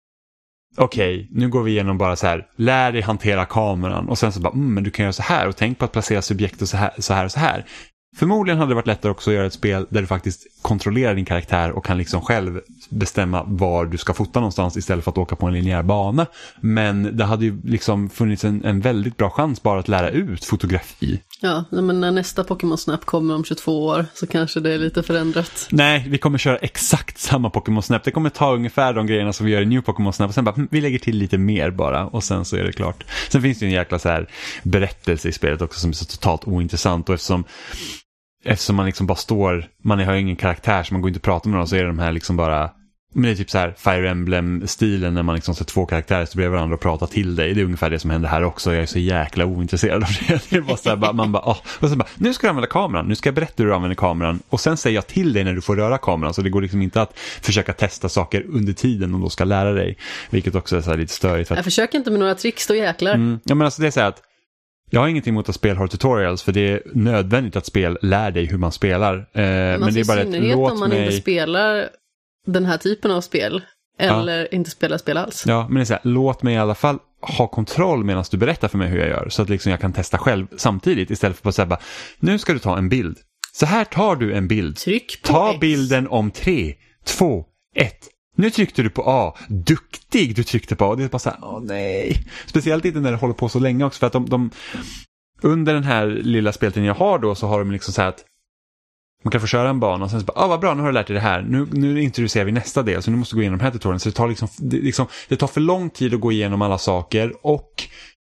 okej, okay, nu går vi igenom bara så här, lär dig hantera kameran och sen så bara, mm, men du kan göra så här och tänk på att placera subjekt och så här, så här och så här. Förmodligen hade det varit lättare också att göra ett spel där du faktiskt kontrollerar din karaktär och kan liksom själv bestämma var du ska fota någonstans istället för att åka på en linjär bana. Men det hade ju liksom funnits en, en väldigt bra chans bara att lära ut fotografi. Ja, men när nästa Pokémon Snap kommer om tjugotvå år så kanske det är lite förändrat. Nej, vi kommer köra exakt samma Pokémon Snap. Det kommer ta ungefär de grejerna som vi gör i New Pokémon Snap och sen bara, hm, vi lägger till lite mer bara och sen så är det klart. Sen finns det ju en jäkla så här berättelse i spelet också som är så totalt ointressant, och eftersom Eftersom man liksom bara står, man har ju ingen karaktär så man går inte att prata med någon, så är det de här liksom bara, men det är typ så här Fire Emblem-stilen när man liksom ser två karaktärer så bredvid varandra och pratar till dig. Det är ungefär det som händer här också. Jag är så jäkla ointresserad av det. Det är bara så här, bara, man bara, åh. Och sen bara, nu ska du använda kameran, nu ska jag berätta hur du använder kameran och sen säger jag till dig när du får röra kameran, så det går liksom inte att försöka testa saker under tiden och då ska lära dig, vilket också är så här lite störigt. Jag försöker inte med några tricks då jäklar. Mm, ja, men alltså det är så här att jag har ingenting emot att spel har tutorials, för det är nödvändigt att spel lär dig hur man spelar. Eh, men, men det är bara ett, låt om man mig... inte spelar den här typen av spel eller ja. inte spelar spel alls. Ja, men det är så här, låt mig i alla fall ha kontroll medan du berättar för mig hur jag gör, så att liksom jag kan testa själv samtidigt istället för att säga bara, nu ska du ta en bild. Så här tar du en bild. Tryck på Ta X. bilden om tre, två, ett. Nu tryckte du på A. Duktig du tryckte på A. Det är bara så här, åh nej. Speciellt inte när det håller på så länge också. För att de, de under den här lilla speltiden jag har då, så har de liksom så här att man kan få köra en bana och sen så bara, ah, vad bra, nu har du lärt dig det här. Nu, nu introducerar vi nästa del, så nu måste du gå igenom de här tutorialen. Så det tar liksom, det, liksom, det tar för lång tid att gå igenom alla saker, och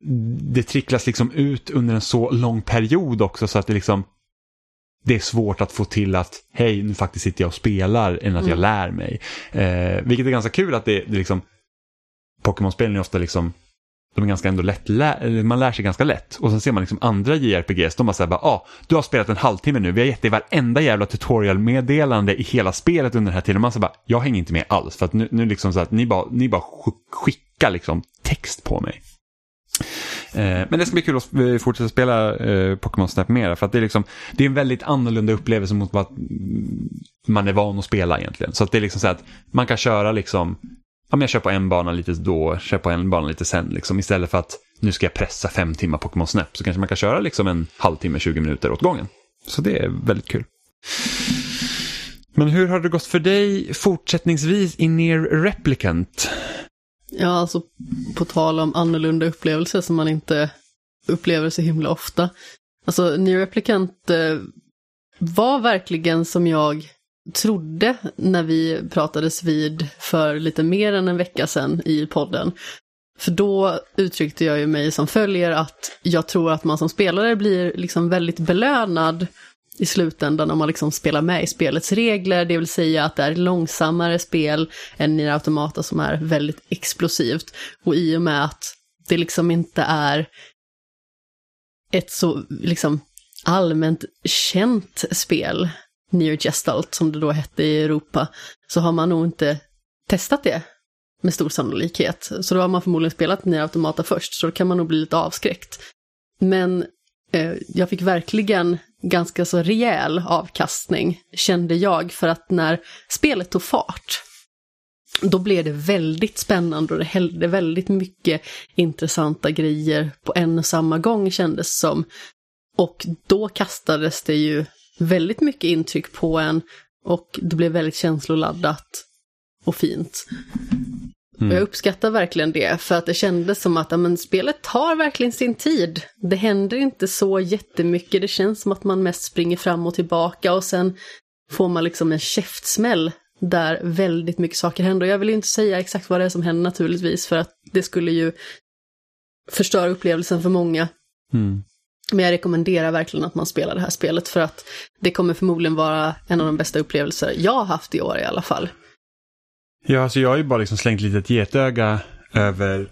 det tricklas liksom ut under en så lång period också så att det liksom det är svårt att få till att hej, nu faktiskt sitter jag och spelar än att mm. jag lär mig. Eh, vilket är ganska kul att det, det liksom Pokémon-spelen är ofta liksom de är ganska ändå lätt, lä- man lär sig ganska lätt. Och sen ser man liksom andra J R P Gs, de bara säger bara, ah, du har spelat en halvtimme nu, vi har gett dig varenda jävla tutorial-meddelande i hela spelet under den här tiden. Och man säger bara, jag hänger inte med alls, för att nu, nu liksom så att ni bara, ni bara skickar liksom text på mig. Eh, men det ska bli kul att fortsätta spela eh, Pokémon Snap mer, för att det är liksom, det är en väldigt annorlunda upplevelse mot vad man är van att spela egentligen. Så att det är liksom så att man kan köra liksom, om jag kör på en bana lite då, kör på en bana lite sen liksom, istället för att nu ska jag pressa fem timmar Pokémon Snap, så kanske man kan köra liksom en halvtimme, tjugo minuter åt gången. Så det är väldigt kul. Men hur har det gått för dig fortsättningsvis i Nier Replicant? Ja, alltså på tal om annorlunda upplevelser som man inte upplever så himla ofta. Alltså Nier Replicant eh, var verkligen som jag trodde när vi pratades vid för lite mer än en vecka sedan i podden. För då uttryckte jag ju mig som följer att jag tror att man som spelare blir liksom väldigt belönad i slutändan om man liksom spelar med i spelets regler, det vill säga att det är ett långsammare spel än Nier Automata som är väldigt explosivt. Och i och med att det liksom inte är ett så liksom allmänt känt spel, Nier Gestalt som det då hette i Europa, så har man nog inte testat det med stor sannolikhet. Så då har man förmodligen spelat Nier Automata först, så då kan man nog bli lite avskräckt. Men eh, jag fick verkligen ganska så rejäl avkastning, kände jag, för att när spelet tog fart, då blev det väldigt spännande och det hällde väldigt mycket intressanta grejer på en och samma gång, kändes som. Och då kastades det ju väldigt mycket intryck på en och det blev väldigt känsloladdat och fint. Mm. Och jag uppskattar verkligen det, för att det kändes som att ja, men, spelet tar verkligen sin tid. Det händer inte så jättemycket, det känns som att man mest springer fram och tillbaka och sen får man liksom en käftsmäll där väldigt mycket saker händer. Och jag vill ju inte säga exakt vad det är som händer naturligtvis, för att det skulle ju förstöra upplevelsen för många. Mm. Men jag rekommenderar verkligen att man spelar det här spelet, för att det kommer förmodligen vara en av de bästa upplevelser jag har haft i år i alla fall. Ja, alltså jag har ju bara liksom slängt lite ett getöga över,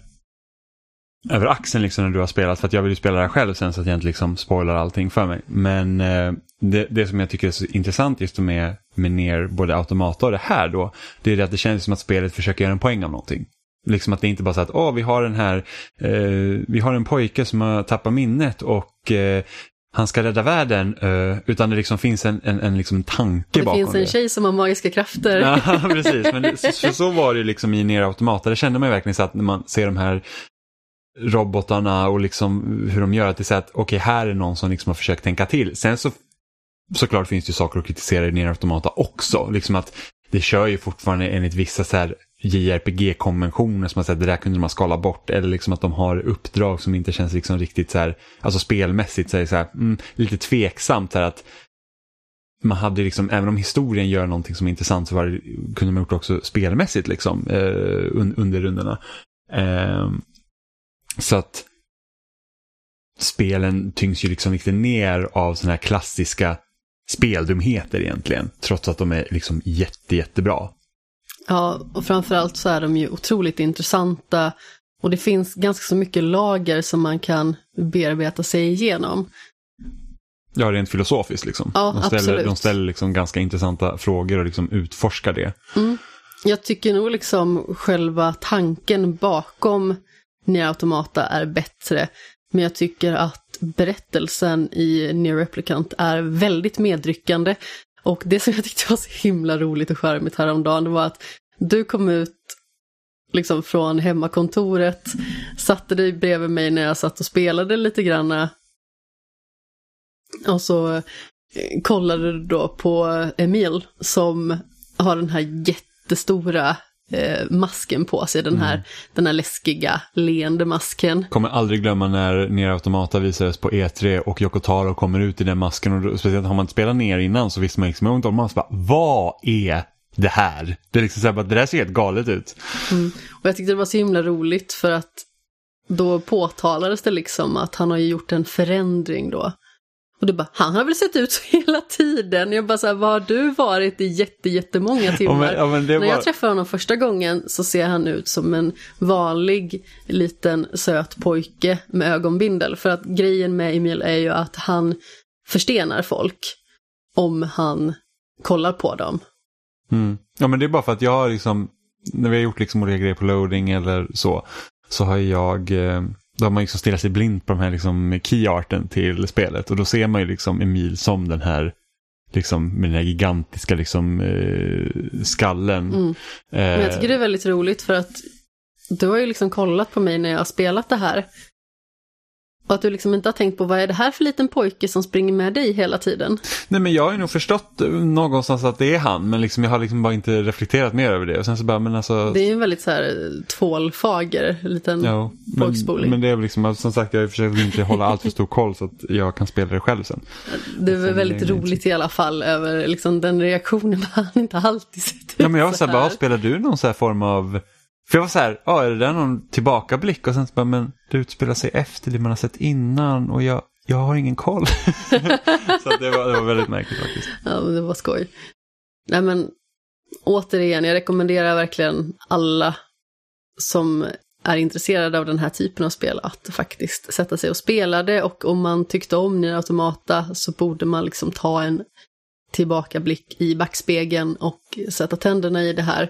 över axeln liksom när du har spelat, för att jag vill ju spela det här själv sen så att jag inte liksom spoilar allting för mig. Men eh, det, det som jag tycker är så intressant just med, med ner både Automata och det här då, det är det att det känns som att spelet försöker göra en poäng av någonting. Liksom att det inte bara så att åh, vi har den här eh, vi har en pojke som har tappat minnet och eh, han ska rädda världen, uh, utan det liksom finns en, en, en liksom tanke det bakom det. Det finns en tjej som har magiska krafter. Ja, precis. Men det, så, så var det liksom i Nier Automata. Det kände man ju verkligen så att när man ser de här robotarna och liksom hur de gör, att det är så att okej, okay, här är någon som liksom har försökt tänka till. Sen så såklart finns det ju saker att kritisera i Nier Automata också. Liksom att det kör ju fortfarande enligt vissa så här J R P G-konventioner som man säger, det där kunde man skala bort, eller liksom att de har uppdrag som inte känns liksom riktigt så här, alltså spelmässigt så är det så här, mm, lite tveksamt så här att man hade liksom, även om historien gör någonting som är intressant, så var det, kunde man gjort också spelmässigt liksom eh, un, under rundorna. Eh, så att spelen tyngs ju liksom lite ner av såna här klassiska speldumheter egentligen, trots att de är liksom jätte, jättebra. Ja, och framförallt så är de ju otroligt intressanta och det finns ganska så mycket lager som man kan bearbeta sig igenom. Ja, rent filosofiskt liksom. Ja, de ställer, absolut. De ställer liksom ganska intressanta frågor och liksom utforskar det. Mm. Jag tycker nog liksom själva tanken bakom Nier Automata är bättre, men jag tycker att berättelsen i Nier Replicant är väldigt medryckande. Och det som jag tyckte var så himla roligt och charmigt häromdagen, det var att du kom ut liksom från hemmakontoret, satte dig bredvid mig när jag satt och spelade lite grann. Och så kollade du då på Emil som har den här jättestora eh, masken på sig, den här, mm. den här läskiga leende masken. Kommer aldrig glömma när Nier Automata visades på E tre och Yoko Taro kommer ut i den masken, och då, speciellt har man inte spelat ner innan så visste man liksom inte om man bara, vad är det här? Det är liksom så här, bara, det där ser helt galet ut. Mm. Och jag tyckte det var så himla roligt för att då påtalades det liksom att han har ju gjort en förändring då. Och det bara, han har väl sett ut så hela tiden. Jag bara så här, vad har du varit i jätte, jättemånga timmar? Ja, men, ja, men det När jag var... träffar honom första gången så ser han ut som en vanlig liten söt pojke med ögonbindel. För att grejen med Emil är ju att han förstenar folk om han kollar på dem. Mm. Ja, men det är bara för att jag har liksom, när vi har gjort liksom olika grejer på loading eller så, så har jag... Eh... Då har man liksom stirrat sig blind på de här liksom keyarten till spelet. Och då ser man ju liksom Emil som den här liksom med den här gigantiska liksom eh, skallen. Mm. Men jag tycker det är väldigt roligt för att du har ju liksom kollat på mig när jag har spelat det här. Och att du liksom inte har tänkt på vad är det här för liten pojke som springer med dig hela tiden? Nej, men jag har ju nog förstått någonstans att det är han. Men liksom jag har liksom bara inte reflekterat mer över det. Och sen så bara, men alltså... Det är ju en väldigt så här tvålfager liten ja, folkspoling. Men, men det är liksom, som sagt, jag försöker inte hålla allt för stor koll så att jag kan spela det själv sen. Det är väl väldigt roligt i alla fall över liksom den reaktionen han inte alltid sett ut. Ja, men jag var så här, bara, spelar du någon så här form av... För jag var så här, ja, är det där någon tillbakablick? Och sen så bara, men det utspelar sig efter det man har sett innan och jag, jag har ingen koll. Så det var, det var väldigt märkligt faktiskt. Ja, men det var skoj. Nej, men återigen, jag rekommenderar verkligen alla som är intresserade av den här typen av spel att faktiskt sätta sig och spela det. Och om man tyckte om Nier Automata så borde man liksom ta en tillbakablick i backspegeln och sätta tänderna i det här.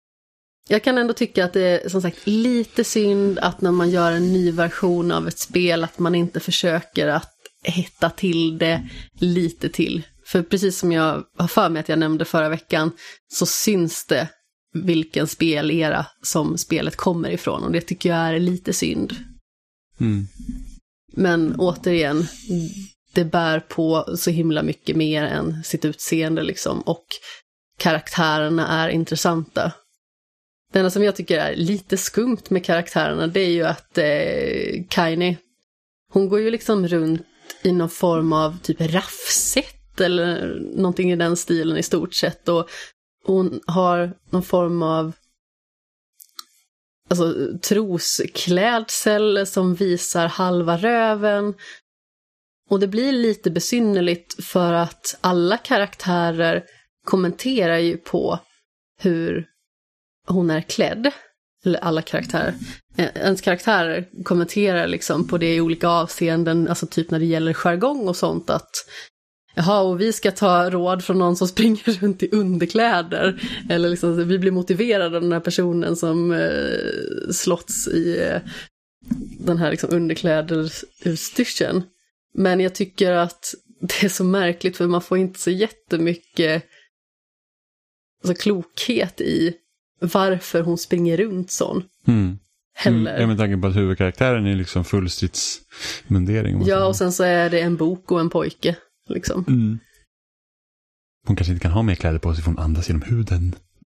Jag kan ändå tycka att det är som sagt lite synd att när man gör en ny version av ett spel att man inte försöker att hitta till det lite till. För precis som jag har för mig att jag nämnde förra veckan så syns det vilken spelera som spelet kommer ifrån och det tycker jag är lite synd. Mm. Men återigen, det bär på så himla mycket mer än sitt utseende liksom och karaktärerna är intressanta. Det enda som jag tycker är lite skumt med karaktärerna det är ju att eh, Kaine, hon går ju liksom runt i någon form av typ raffset eller någonting i den stilen i stort sett och hon har någon form av alltså trosklädsel som visar halva röven och det blir lite besynnerligt för att alla karaktärer kommenterar ju på hur hon är klädd, eller alla karaktärer. Ens karaktärer kommenterar liksom på det i olika avseenden, alltså typ när det gäller jargong och sånt att jaha, och vi ska ta råd från någon som springer runt i underkläder. Eller liksom, vi blir motiverade av den här personen som eh, slåtts i eh, den här liksom underkläderutstyrseln. Men jag tycker att det är så märkligt för man får inte så jättemycket alltså, klokhet i varför hon springer runt sån. Mm. Heller. Mm, jag med tanke på att huvudkaraktären är liksom fullstridsmundering. Ja, och sen så är det en bok och en pojke. Liksom. Mm. Hon kanske inte kan ha mer kläder på sig för hon andas genom huden.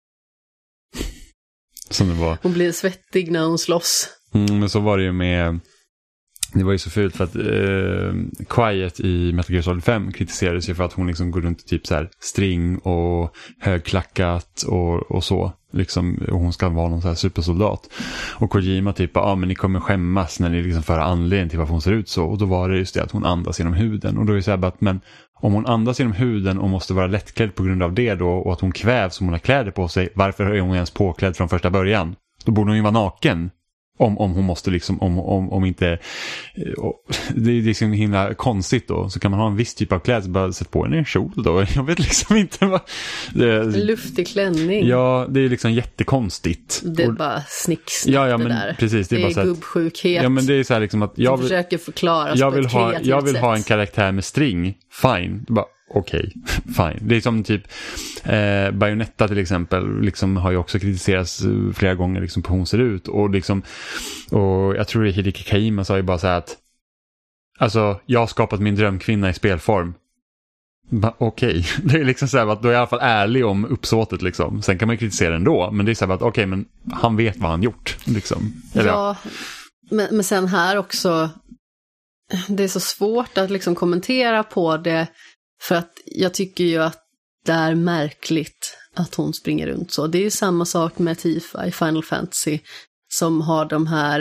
Som det var. Hon blir svettig när hon slåss. Mm, men så var det ju med... Det var ju så fult för att eh, Quiet i Metal Gear Solid fem kritiserades ju för att hon liksom går runt i typ så här string och högklackat och, och så. Liksom, och hon ska vara någon så här supersoldat. Och Kojima typ, ja ah, men ni kommer skämmas när ni liksom för anledning till varför hon ser ut så. Och då var det just det att hon andas genom huden. Och då är det så här bara att, men om hon andas genom huden och måste vara lättklädd på grund av det då och att hon kvävs om hon har kläder på sig, varför är hon ens påklädd från första början? Då borde hon ju vara naken. Om, om hon måste liksom, om, om, om inte och, det är liksom himla konstigt då, så kan man ha en viss typ av kläder, bara sätta på en kjol då, jag vet liksom inte vad det, luftig klänning. Ja, det är liksom jättekonstigt. Det är och, bara snicksnack ja, ja, men det där. Precis, det är, det bara är så här, gubbsjukhet. Ja, men det är så här liksom att jag vill, försöker förklara jag vill på ha, ett jag vill sätt. ha en karaktär med string, fine, bara okej, okay, fine. Det är som typ eh, Bayonetta till exempel liksom har ju också kritiserats flera gånger liksom på hur hon ser ut och liksom och jag tror det Hideki Kajima sa ju bara så här att alltså, jag har skapat min drömkvinna i spelform. Okej, okay. Det är liksom så här att då är jag i alla fall ärlig om uppsåtet liksom. Sen kan man ju kritisera ändå, men det är så här att okej, okay, men han vet vad han gjort liksom. Eller, ja, men, men sen här också det är så svårt att liksom kommentera på det. För att jag tycker ju att det är märkligt att hon springer runt så. Det är ju samma sak med Tifa i Final Fantasy som har de här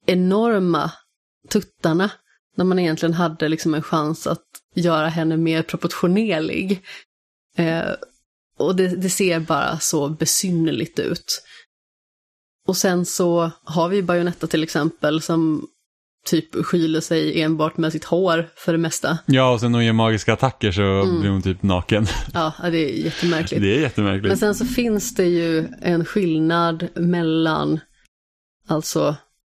enorma tuttarna när man egentligen hade liksom en chans att göra henne mer proportionerlig. Eh, och det, det ser bara så besynnerligt ut. Och sen så har vi Bayonetta till exempel som typ skyler sig enbart med sitt hår för det mesta. Ja, och sen när hon gör magiska attacker så mm. blir hon typ naken. Ja, det är jättemärkligt. Det är jättemärkligt. Men sen så finns det ju en skillnad mellan alltså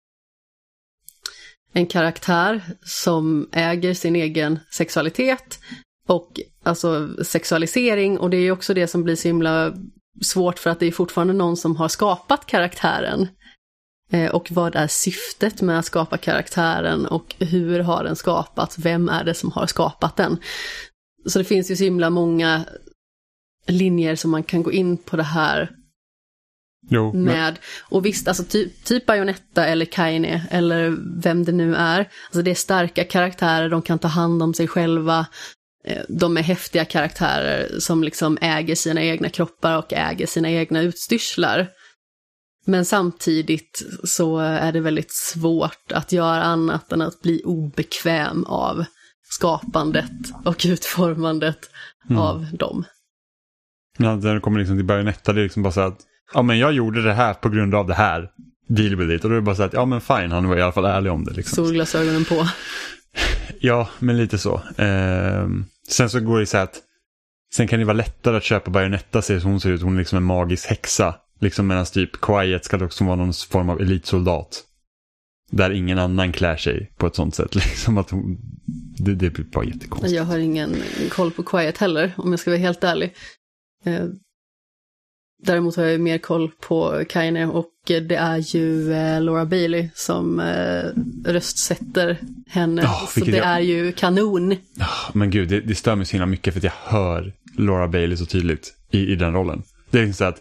en karaktär som äger sin egen sexualitet och alltså sexualisering, och det är ju också det som blir så himla svårt för att det är fortfarande någon som har skapat karaktären. Eh, och vad är syftet med att skapa karaktären och hur har den skapats? Vem är det som har skapat den? Så det finns ju så himla många linjer som man kan gå in på det här jo, med. Men... Och visst, alltså typ, typ Bayonetta eller Kaine eller vem det nu är. Alltså det är starka karaktärer, de kan ta hand om sig själva. De är häftiga karaktärer som liksom äger sina egna kroppar och äger sina egna utstyrslar. Men samtidigt så är det väldigt svårt att göra annat än att bli obekväm av skapandet och utformandet mm. av dem. Ja, när det kommer liksom till Bayonetta, det är liksom bara så att ja, men jag gjorde det här på grund av det här. Deal with it. Och då är det bara så att ja, men fine, han var i alla fall ärlig om det. Liksom. Solglasögonen på. Ja, men lite så. Eh, sen så går det så att sen kan det vara lättare att köpa Bayonetta, ser hon ser ut, hon är liksom en magisk häxa. Liksom medan typ Quiet ska också vara någon form av elitsoldat. Där ingen annan klär sig på ett sånt sätt. Liksom att hon, det, det blir bara jättekonstigt. Jag har ingen koll på Quiet heller, om jag ska vara helt ärlig. Eh, däremot har jag mer koll på Kaine, och det är ju eh, Laura Bailey som eh, röstsätter henne. Oh, så det jag... är ju kanon. Oh, men gud, det, det stör mig så himla mycket för att jag hör Laura Bailey så tydligt i, i den rollen. Det är så att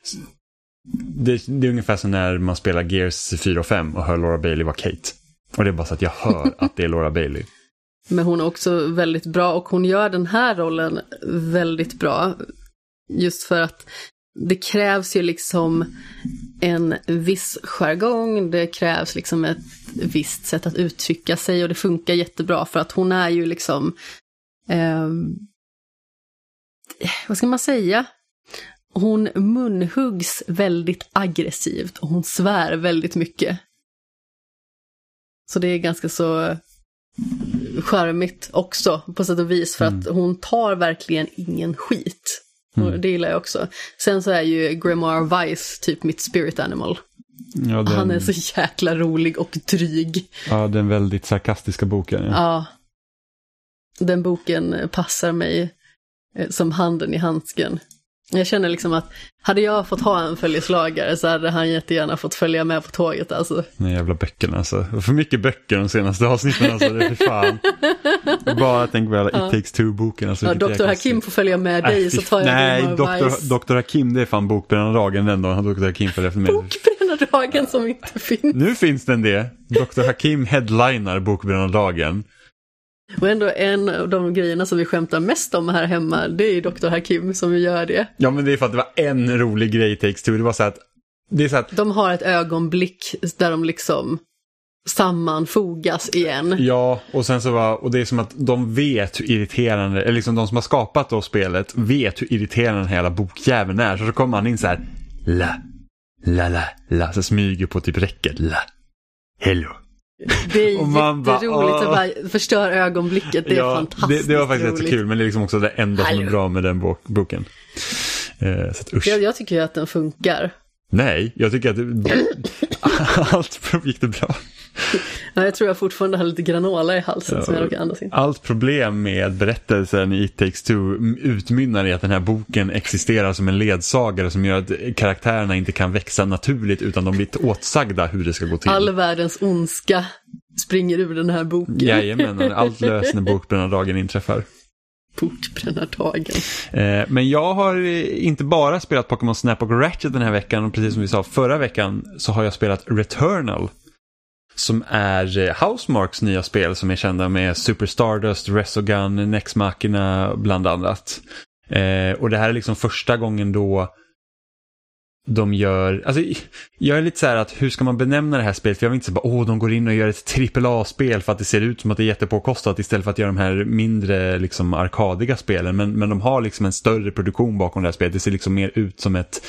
det, det är ungefär som när man spelar Gears fyra och fem och hör Laura Bailey vara Kate. Och det är bara så att jag hör att det är Laura Bailey. Men hon är också väldigt bra, och hon gör den här rollen väldigt bra. Just för att det krävs ju liksom en viss jargong, det krävs liksom ett visst sätt att uttrycka sig, och det funkar jättebra för att hon är ju liksom eh, vad ska man säga? Hon munhuggs väldigt aggressivt och hon svär väldigt mycket. Så det är ganska så charmigt också på sätt och vis, för mm. att hon tar verkligen ingen skit. Mm. Det gillar jag också. Sen så är ju Grimoire Vice typ mitt spirit animal. Ja, den... Han är så jäkla rolig och dryg. Ja, den väldigt sarkastiska boken. Ja. ja. Den boken passar mig som handen i handsken. Jag känner liksom att hade jag fått ha en följeslagare så hade han jättegärna fått följa med på tåget. Alltså. Nej, jävla böckerna alltså. För mycket böcker de senaste avsnitten alltså. Det är för fan. Bara tänk på alla ja. It Takes Two-boken. Alltså, ja, doktor Hakim får följa med dig äh, så tar jag nej, doktor, doktor Hakim, det är fan Bokbrännardagen den dagen. doktor Hakim följer med. Bokbrännardagen som inte finns. Nu finns den det. doktor Hakim headliner Bokbrännardagen. Och ändå en av de grejerna som vi skämtar mest om här hemma, det är ju doktor Hakim som gör det. Ja, men det är för att det var en rolig grej i Takes Two. Det var så att, det är så att de har ett ögonblick där de liksom sammanfogas igen. Ja, och sen så var, och det är som att de vet hur irriterande, eller liksom de som har skapat då spelet vet hur irriterande den här jävla bokjäveln är. Så så kommer man in så här, la, la, la, la, så smyger på typ räcket, la, hello. Det är jätteroligt att bara förstör ögonblicket. Det är ja, fantastiskt det, det var faktiskt roligt. Rätt så kul, men det är liksom också det enda som är bra med den bok, boken. Eh, så att, usch. Jag, jag tycker ju att den funkar. Nej, jag tycker att det, allt gick det bra. Ja, jag tror jag fortfarande har lite granola i halsen ja, som jag råkar andas in. Allt problem med berättelsen i It Takes Two utmynnar i att den här boken existerar som en ledsagare som gör att karaktärerna inte kan växa naturligt utan de blir åtsagda hur det ska gå till. All världens ondska springer ur den här boken. Jajamän, allt lös när Bokbrännardagen inträffar. Bokbrännardagen. Eh, men jag har inte bara spelat Pokémon Snap och Ratchet den här veckan, och precis som vi sa förra veckan så har jag spelat Returnal, som är Housemarques nya spel som är kända med Super Stardust, Resogun, Nex Machina bland annat. Eh, och det här är liksom första gången då de gör, alltså jag är lite så här att hur ska man benämna det här spelet, för jag vill inte säga bara, åh de går in och gör ett trippel A-spel för att det ser ut som att det är jättepåkostat istället för att göra de här mindre liksom arkadiga spelen, men, men de har liksom en större produktion bakom det här spelet, det ser liksom mer ut som ett,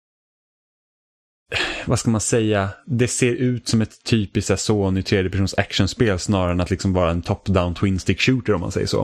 vad ska man säga, det ser ut som ett typiskt så här, Sony tredjepersons actionspel snarare än att liksom vara en top-down twin stick shooter om man säger så.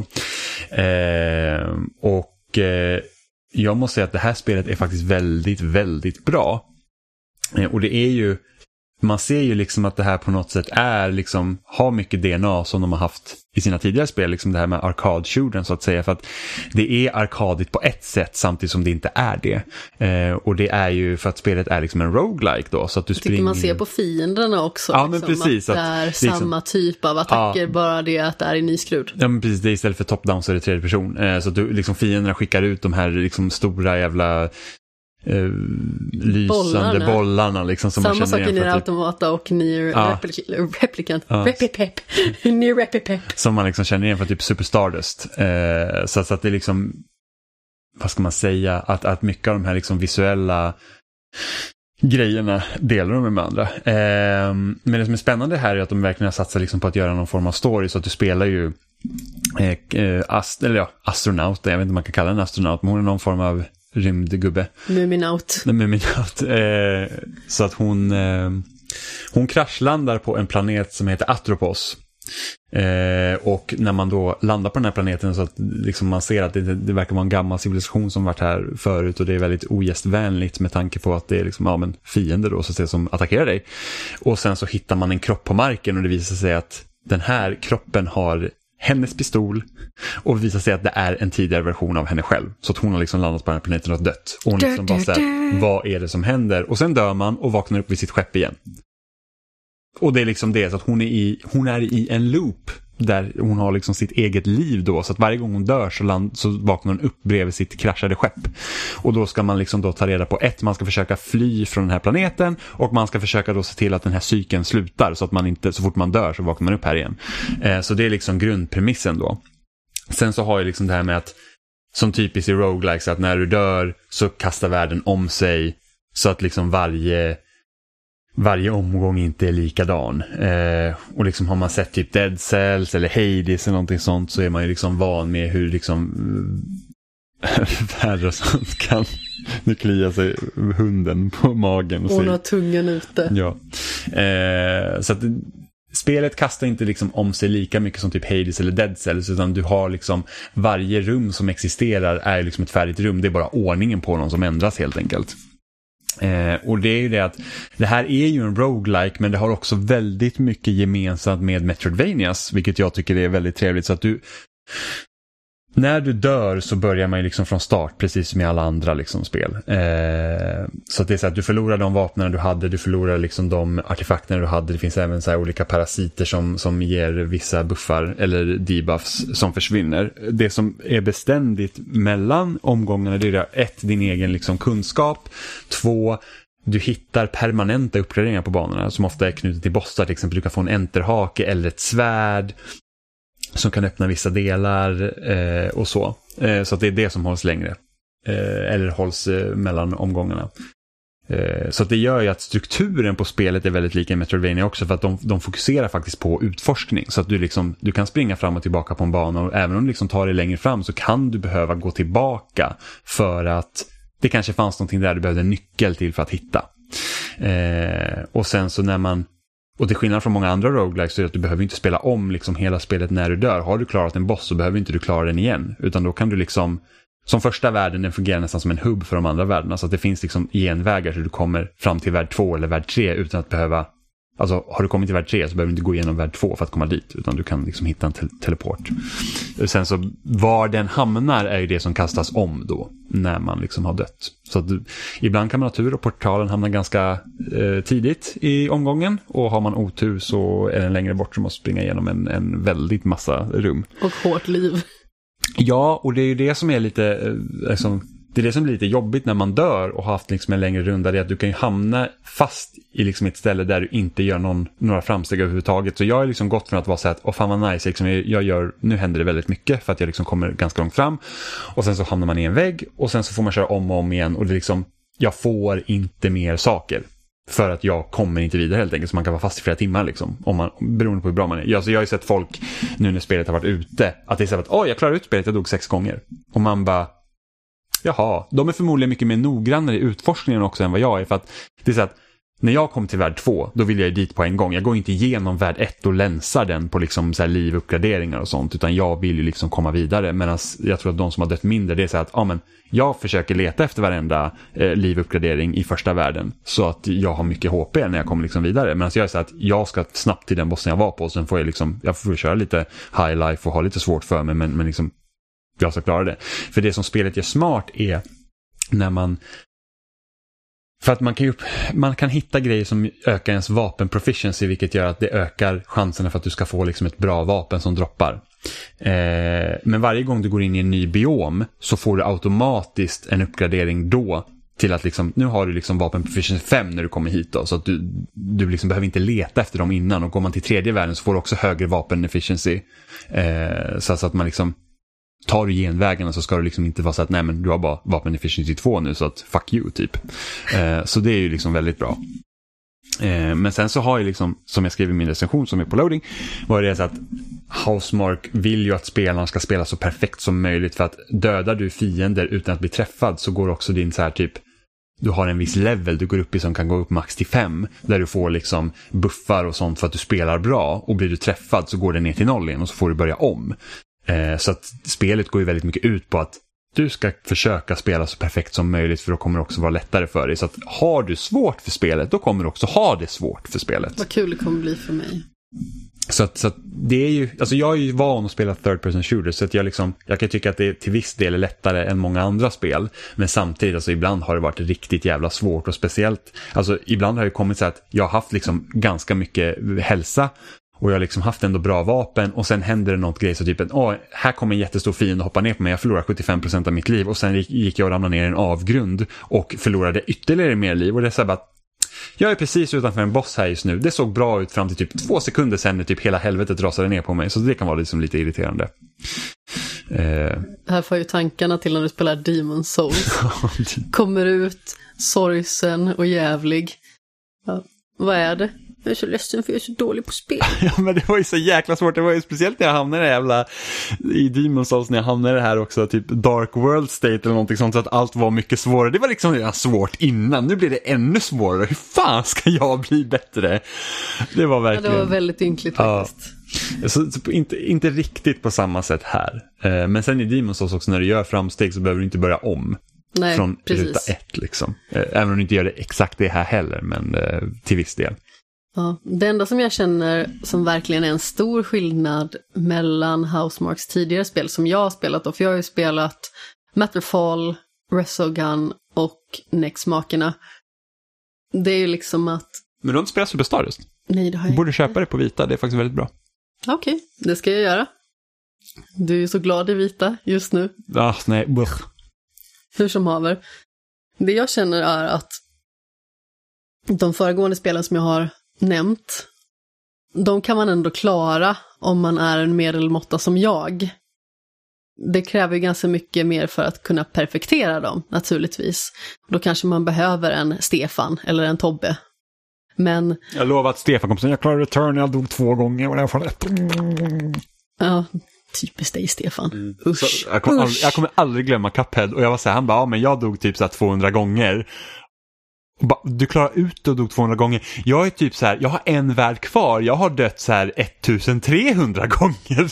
Eh, och eh, jag måste säga att det här spelet är faktiskt väldigt, väldigt bra. Eh, och det är ju, man ser ju liksom att det här på något sätt är liksom, har mycket D N A som de har haft i sina tidigare spel, liksom det här med arkadshooten så att säga, för att det är arkadigt på ett sätt samtidigt som det inte är det. Eh, och det är ju för att spelet är liksom en roguelike då, så att du jag tycker springer... man ser på fienderna också. Ja, liksom, men precis. Att det är att, samma liksom, typ av attacker, ja, bara det att det är i nyskrud. Ja, men precis. Det är istället för top-down så är det tredje person. Eh, så att du, liksom, fienderna skickar ut de här liksom, stora jävla... Uh, lysande bollarna, bollarna liksom, som samma man känner sak i Nier typ... Automata och Nier ja. Repli- Replicant ja. Repipep Nier Repipep som man liksom känner igen för typ Super Stardust, uh, så, så att det är liksom, vad ska man säga, att, att mycket av de här liksom visuella grejerna delar de med andra. Uh, men det som är spännande här är att de verkligen har satsat liksom på att göra någon form av story, så att du spelar ju uh, uh, ast- eller ja, astronaut, jag vet inte om man kan kalla den astronaut, men hon är någon form av rymdgubbe. Muminaut. Muminaut. Eh, så att hon eh, hon kraschlandar på en planet som heter Atropos. Eh, och när man då landar på den här planeten så att liksom man ser att det, det verkar vara en gammal civilisation som varit här förut, och det är väldigt ogästvänligt med tanke på att det är liksom, ja, men fiender då så att säga, som attackerar dig. Och sen så hittar man en kropp på marken och det visar sig att den här kroppen har hennes pistol, och visar sig att det är en tidigare version av henne själv. Så att hon har liksom landat på den här planeten och dött. Och hon liksom bara såhär, vad är det som händer? Och sen dör man och vaknar upp vid sitt skepp igen. Och det är liksom det, så att hon är i, hon är i en loop där hon har liksom sitt eget liv då, så att varje gång hon dör så, land, så vaknar hon upp bredvid sitt kraschade skepp. Och då ska man liksom då ta reda på ett, man ska försöka fly från den här planeten, och man ska försöka då se till att den här cykeln slutar, så att man inte, så fort man dör så vaknar man upp här igen. Eh, så det är liksom grundpremissen då. Sen så har jag liksom det här med att, som typiskt i roguelikes, att när du dör så kastar världen om sig, så att liksom varje varje omgång inte är likadan. Eh, och liksom har man sett typ Dead Cells eller Hades eller någonting sånt, så är man ju liksom van med hur liksom värre och sånt kan nu klia sig hunden på magen. Och hon har tungan ute. Ja. Eh, så att spelet kastar inte liksom om sig lika mycket som typ Hades eller Dead Cells, utan du har liksom varje rum som existerar är liksom ett färdigt rum. Det är bara ordningen på dem som ändras helt enkelt. Eh, och det är ju det att det här är ju en roguelike, men det har också väldigt mycket gemensamt med Metroidvanias, vilket jag tycker är väldigt trevligt. Så att du, när du dör så börjar man ju liksom från start, precis som i alla andra liksom spel. Eh, så att det är så att du förlorar de vapnen du hade, du förlorar liksom de artefakterna du hade. Det finns även så här olika parasiter som, som ger vissa buffar eller debuffs som försvinner. Det som är beständigt mellan omgångarna, det är ett, din egen liksom kunskap. Två, du hittar permanenta uppgraderingar på banorna som ofta är knutet till bossar. Till exempel du kan få en enterhake eller ett svärd som kan öppna vissa delar eh, och så. Eh, så att det är det som hålls längre. Eh, eller hålls eh, mellan omgångarna. Eh, så att det gör ju att strukturen på spelet är väldigt lika i Metroidvania också, för att de, de fokuserar faktiskt på utforskning. Så att du, liksom, du kan springa fram och tillbaka på en bana, och även om du liksom tar dig längre fram så kan du behöva gå tillbaka för att det kanske fanns någonting där du behövde en nyckel till för att hitta. Eh, och sen så när man Och till skillnad från många andra roguelikes så är det att du behöver inte spela om liksom hela spelet när du dör. Har du klarat en boss så behöver inte du klara den igen. Utan då kan du liksom, som första världen, den fungerar nästan som en hubb för de andra världarna. Så att det finns liksom genvägar så du kommer fram till värld två eller värld tre utan att behöva, alltså har du kommit till värld tre så behöver du inte gå igenom värld två för att komma dit. Utan du kan liksom hitta en te- teleport. Sen så var den hamnar är ju det som kastas om då när man liksom har dött. Så att du, ibland kan man ha tur och portalen hamnar ganska eh, tidigt i omgången. Och har man otur så är den längre bort, som att springa igenom en, en väldigt massa rum. Och hårt liv. Ja, och det är ju det som är lite eh, liksom, det är det som blir lite jobbigt när man dör och har haft liksom en längre runda. Det är att du kan ju hamna fast i liksom ett ställe där du inte gör någon, några framsteg överhuvudtaget. Så jag har liksom gått från att vara så här, åh fan vad nice, liksom, jag gör, nu händer det väldigt mycket för att jag liksom kommer ganska långt fram. Och sen så hamnar man i en vägg och sen så får man köra om och om igen. Och det liksom, jag får inte mer saker. För att jag kommer inte vidare helt enkelt. Så man kan vara fast i flera timmar liksom. Om man, beroende på hur bra man är. Jag, alltså, jag har ju sett folk nu när spelet har varit ute. Att det är så att åh, jag klarar ut spelet, jag dog sex gånger. Och man bara, jaha. De är förmodligen mycket mer noggrannare i utforskningen också än vad jag är. För att det är så att när jag kom till värld två, då vill jag dit på en gång. Jag går inte igenom värld ett och länsar den på liksom så här livuppgraderingar och sånt. Utan jag vill ju liksom komma vidare. Medan jag tror att de som har dött mindre, det är så att ja, men jag försöker leta efter varenda eh, livuppgradering i första världen. Så att jag har mycket H P när jag kommer liksom vidare. Medan jag är så att jag ska snabbt till den bossen jag var på. Och sen får jag liksom, jag får köra lite high life och ha lite svårt för mig. Men, men liksom, jag ska klara det. För det som spelet gör smart är när man... För att man kan, ju, man kan hitta grejer som ökar ens vapen proficiency, vilket gör att det ökar chanserna för att du ska få liksom ett bra vapen som droppar. Eh, men varje gång du går in i en ny biom så får du automatiskt en uppgradering då till att liksom, nu har du liksom vapen proficiency fem när du kommer hit då, så att du, du liksom behöver inte leta efter dem innan, och går man till tredje världen så får du också högre vapen efficiency. Eh, så, så att man liksom tar du genvägarna så ska du liksom inte vara så att nej, men du har bara vapen efficiency två nu, så att fuck you typ. Eh, så det är ju liksom väldigt bra. Eh, men sen så har jag liksom, som jag skrev i min recension som är på loading, var det så att Housemarque vill ju att spelarna ska spela så perfekt som möjligt, för att dödar du fiender utan att bli träffad så går också din så här typ, du har en viss level du går upp i som kan gå upp max till fem, där du får liksom buffar och sånt för att du spelar bra, och blir du träffad så går det ner till noll igen och så får du börja om. Så att spelet går ju väldigt mycket ut på att du ska försöka spela så perfekt som möjligt, för då kommer det också vara lättare för dig. Så att har du svårt för spelet, då kommer du också ha det svårt för spelet. Vad kul det kommer bli för mig. Så att, så att det är ju, alltså jag är ju van att spela third person shooter, så att jag liksom, jag kan tycka att det till viss del är lättare än många andra spel, men samtidigt alltså ibland har det varit riktigt jävla svårt, och speciellt, alltså ibland har det kommit så att jag har haft liksom ganska mycket hälsa, och jag har liksom haft ändå bra vapen, och sen händer det något grej så typ att åh, här kommer en jättestor fiende och hoppar ner på mig, jag förlorar sjuttiofem procent av mitt liv, och sen gick jag och ramlade ner i en avgrund och förlorade ytterligare mer liv, och det är så här bara, jag är precis utanför en boss här just nu, det såg bra ut fram till typ två sekunder sen när typ hela helvetet rasade ner på mig, så det kan vara liksom lite irriterande. Eh. Här får ju tankarna till när du spelar Demon Souls. Kommer ut sorgsen och jävlig. Ja, vad är det? Jag är så ledsen för jag är så dålig på spel. Ja, men det var ju så jäkla svårt. Det var ju speciellt när jag hamnade i det jävla i Demon's Souls, när jag hamnade i det här också, typ Dark World State eller någonting sånt, så att allt var mycket svårare. Det var liksom redan svårt innan. Nu blir det ännu svårare. Hur fan ska jag bli bättre? Det var verkligen... Ja, det var väldigt ynkligt faktiskt. Ja. Så, så inte, inte riktigt på samma sätt här. Eh, men sen i Demon's Souls också, när du gör framsteg så behöver du inte börja om. Nej, från precis. ruta ett liksom. Eh, även om du inte gör det exakt det här heller, men eh, till viss del. Ja, det enda som jag känner som verkligen är en stor skillnad mellan Housemarques tidigare spel som jag har spelat då, för jag har ju spelat Matterfall, Resogun och Nex-makerna. Det är ju liksom att... Men du har inte spelat Superstar just? Nej, det har jag Du borde inte. köpa det på vita, det är faktiskt väldigt bra. Okej, okay, det ska jag göra. Du är ju så glad i vita just nu. Ah, nej. Buh. Hur som haver. Det jag känner är att de föregående spelen som jag har nämnt, de kan man ändå klara om man är en medelmåtta som jag. Det kräver ju ganska mycket mer för att kunna perfektera dem, naturligtvis. Då kanske man behöver en Stefan eller en Tobbe. Men... Jag lovar att Stefan kom sen, jag klarade return, jag dog två gånger och jag får rätt. Ja, typiskt dig Stefan. Mm. Usch. Jag, kommer Usch. aldrig, jag kommer aldrig glömma Cuphead, och jag var så här, han bara, ja men jag dog typ så här tvåhundra gånger. Du klarar ut och dog tvåhundra gånger. Jag är typ så här, jag har en värld kvar. Jag har dött så här ettusentrehundra gånger.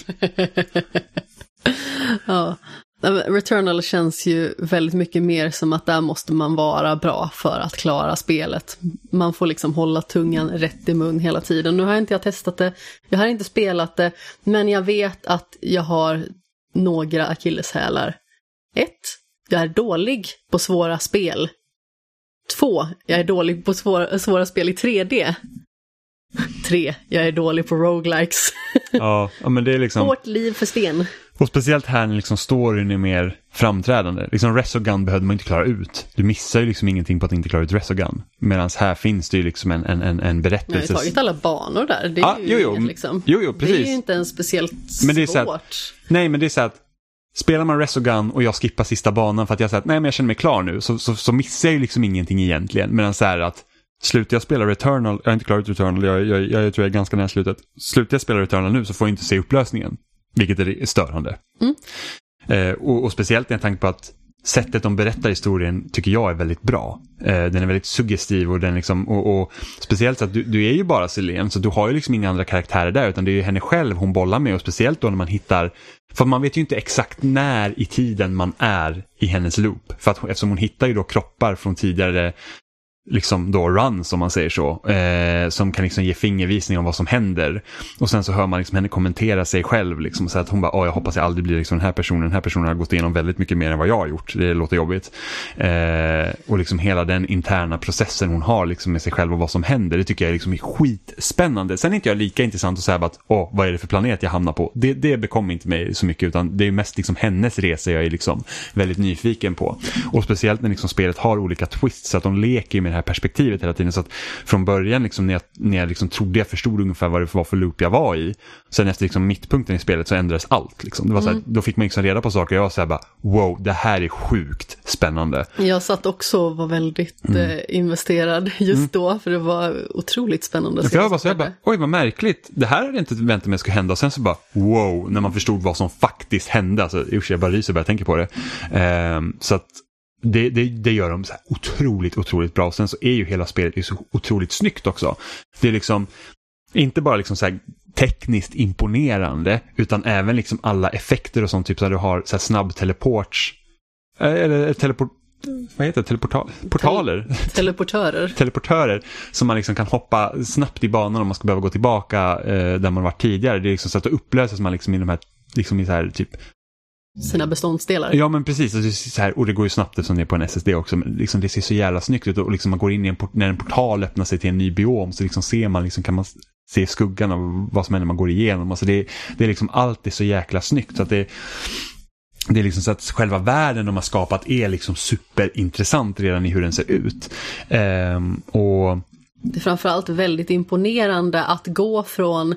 Ja, Returnal känns ju väldigt mycket mer som att där måste man vara bra för att klara spelet. Man får liksom hålla tungan rätt i mun hela tiden. Nu har inte jag testat det, jag har inte spelat det, men jag vet att jag har några akilleshälar. Ett, jag är dålig på svåra spel. Två, jag är dålig på svåra, svåra spel i tre D. Tre, jag är dålig på roguelikes. Ja, men det är liksom... Hårt liv för sten. Och speciellt här när liksom storyn är mer framträdande. Liksom Resogun behövde man inte klara ut. Du missar ju liksom ingenting på att inte klara ut Resogun. Medan här finns det ju liksom en, en, en, en berättelse. Jag har tagit alla banor där. Det är ja, ju jo, jo. inget, liksom. Jo, jo, precis. Det är ju inte en speciellt men det är svårt. så att, nej, men det är så att spelar man Resogun och jag skippar sista banan för att jag säger att nej men jag känner mig klar nu, så, så, så missar jag ju liksom ingenting egentligen. Medan så här att slutar jag spela Returnal, jag har inte klarat Returnal, jag, jag, jag, jag tror jag är ganska nära slutet. Slutar jag spela Returnal nu så får jag inte se upplösningen, vilket är störande. Mm. Eh, och, och speciellt när jag tänker på att sättet de berättar historien tycker jag är väldigt bra. Eh, den är väldigt suggestiv och den liksom, och, och speciellt att du, du är ju bara Selene, så du har ju liksom inga andra karaktärer där, utan det är ju henne själv hon bollar med, och speciellt då när man hittar, för man vet ju inte exakt när i tiden man är i hennes loop, för att eftersom hon hittar ju då kroppar från tidigare liksom då runs, om man säger så, eh, som kan liksom ge fingervisning om vad som händer, och sen så hör man liksom henne kommentera sig själv liksom, så att hon bara, åh jag hoppas jag aldrig blir liksom den här personen, den här personen har gått igenom väldigt mycket mer än vad jag har gjort, det låter jobbigt, eh, och liksom hela den interna processen hon har liksom med sig själv och vad som händer, det tycker jag är liksom skitspännande. Sen är inte jag lika intressant att säga att, åh vad är det för planet jag hamnar på, det, det bekommer inte mig så mycket, utan det är mest liksom hennes resa jag är liksom väldigt nyfiken på, och speciellt när liksom spelet har olika twists, så att de leker med här perspektivet hela tiden, så att från början liksom när jag, när jag liksom trodde jag förstod ungefär vad det var för loop jag var i, sen efter liksom mittpunkten i spelet så ändrades allt liksom. Det var så här, mm. Då fick man liksom reda på saker och jag var så här bara, wow, det här är sjukt spännande. Jag satt också och var väldigt mm. eh, investerad just mm. då, för det var otroligt spännande. För jag var så här bara, oj vad märkligt, det här hade jag inte väntat mig ska hända, och sen så bara, wow, när man förstod vad som faktiskt hände, alltså usch, jag bara ryser bara jag tänker på det. Eh, så att Det, det, det gör de så här otroligt, otroligt bra. Och sen så är ju hela spelet så otroligt snyggt också. Det är liksom inte bara liksom så här tekniskt imponerande, utan även liksom alla effekter och sånt, typ så här, du har så här snabb teleports eller teleport, vad heter det? Teleporta- portaler. Te- teleportörer. Teleportörer som man liksom kan hoppa snabbt i banan om man ska behöva gå tillbaka eh, där man varit tidigare. Det är liksom så att det upplöses man liksom i de här, liksom i så här typ sina beståndsdelar. Ja, men precis, och det, så här, och det går ju snabbt eftersom det är på en S S D också, men liksom det ser så jävla snyggt ut, och liksom man går in i en port- när en portal öppnar sig till en ny biom, så liksom ser man liksom, kan man se skuggan av vad som händer när man går igenom, alltså det, det är liksom alltid så jäkla snyggt, så att det det är liksom så att själva världen de har skapat är liksom superintressant redan i hur den ser ut. Ehm, och det är framförallt väldigt imponerande att gå från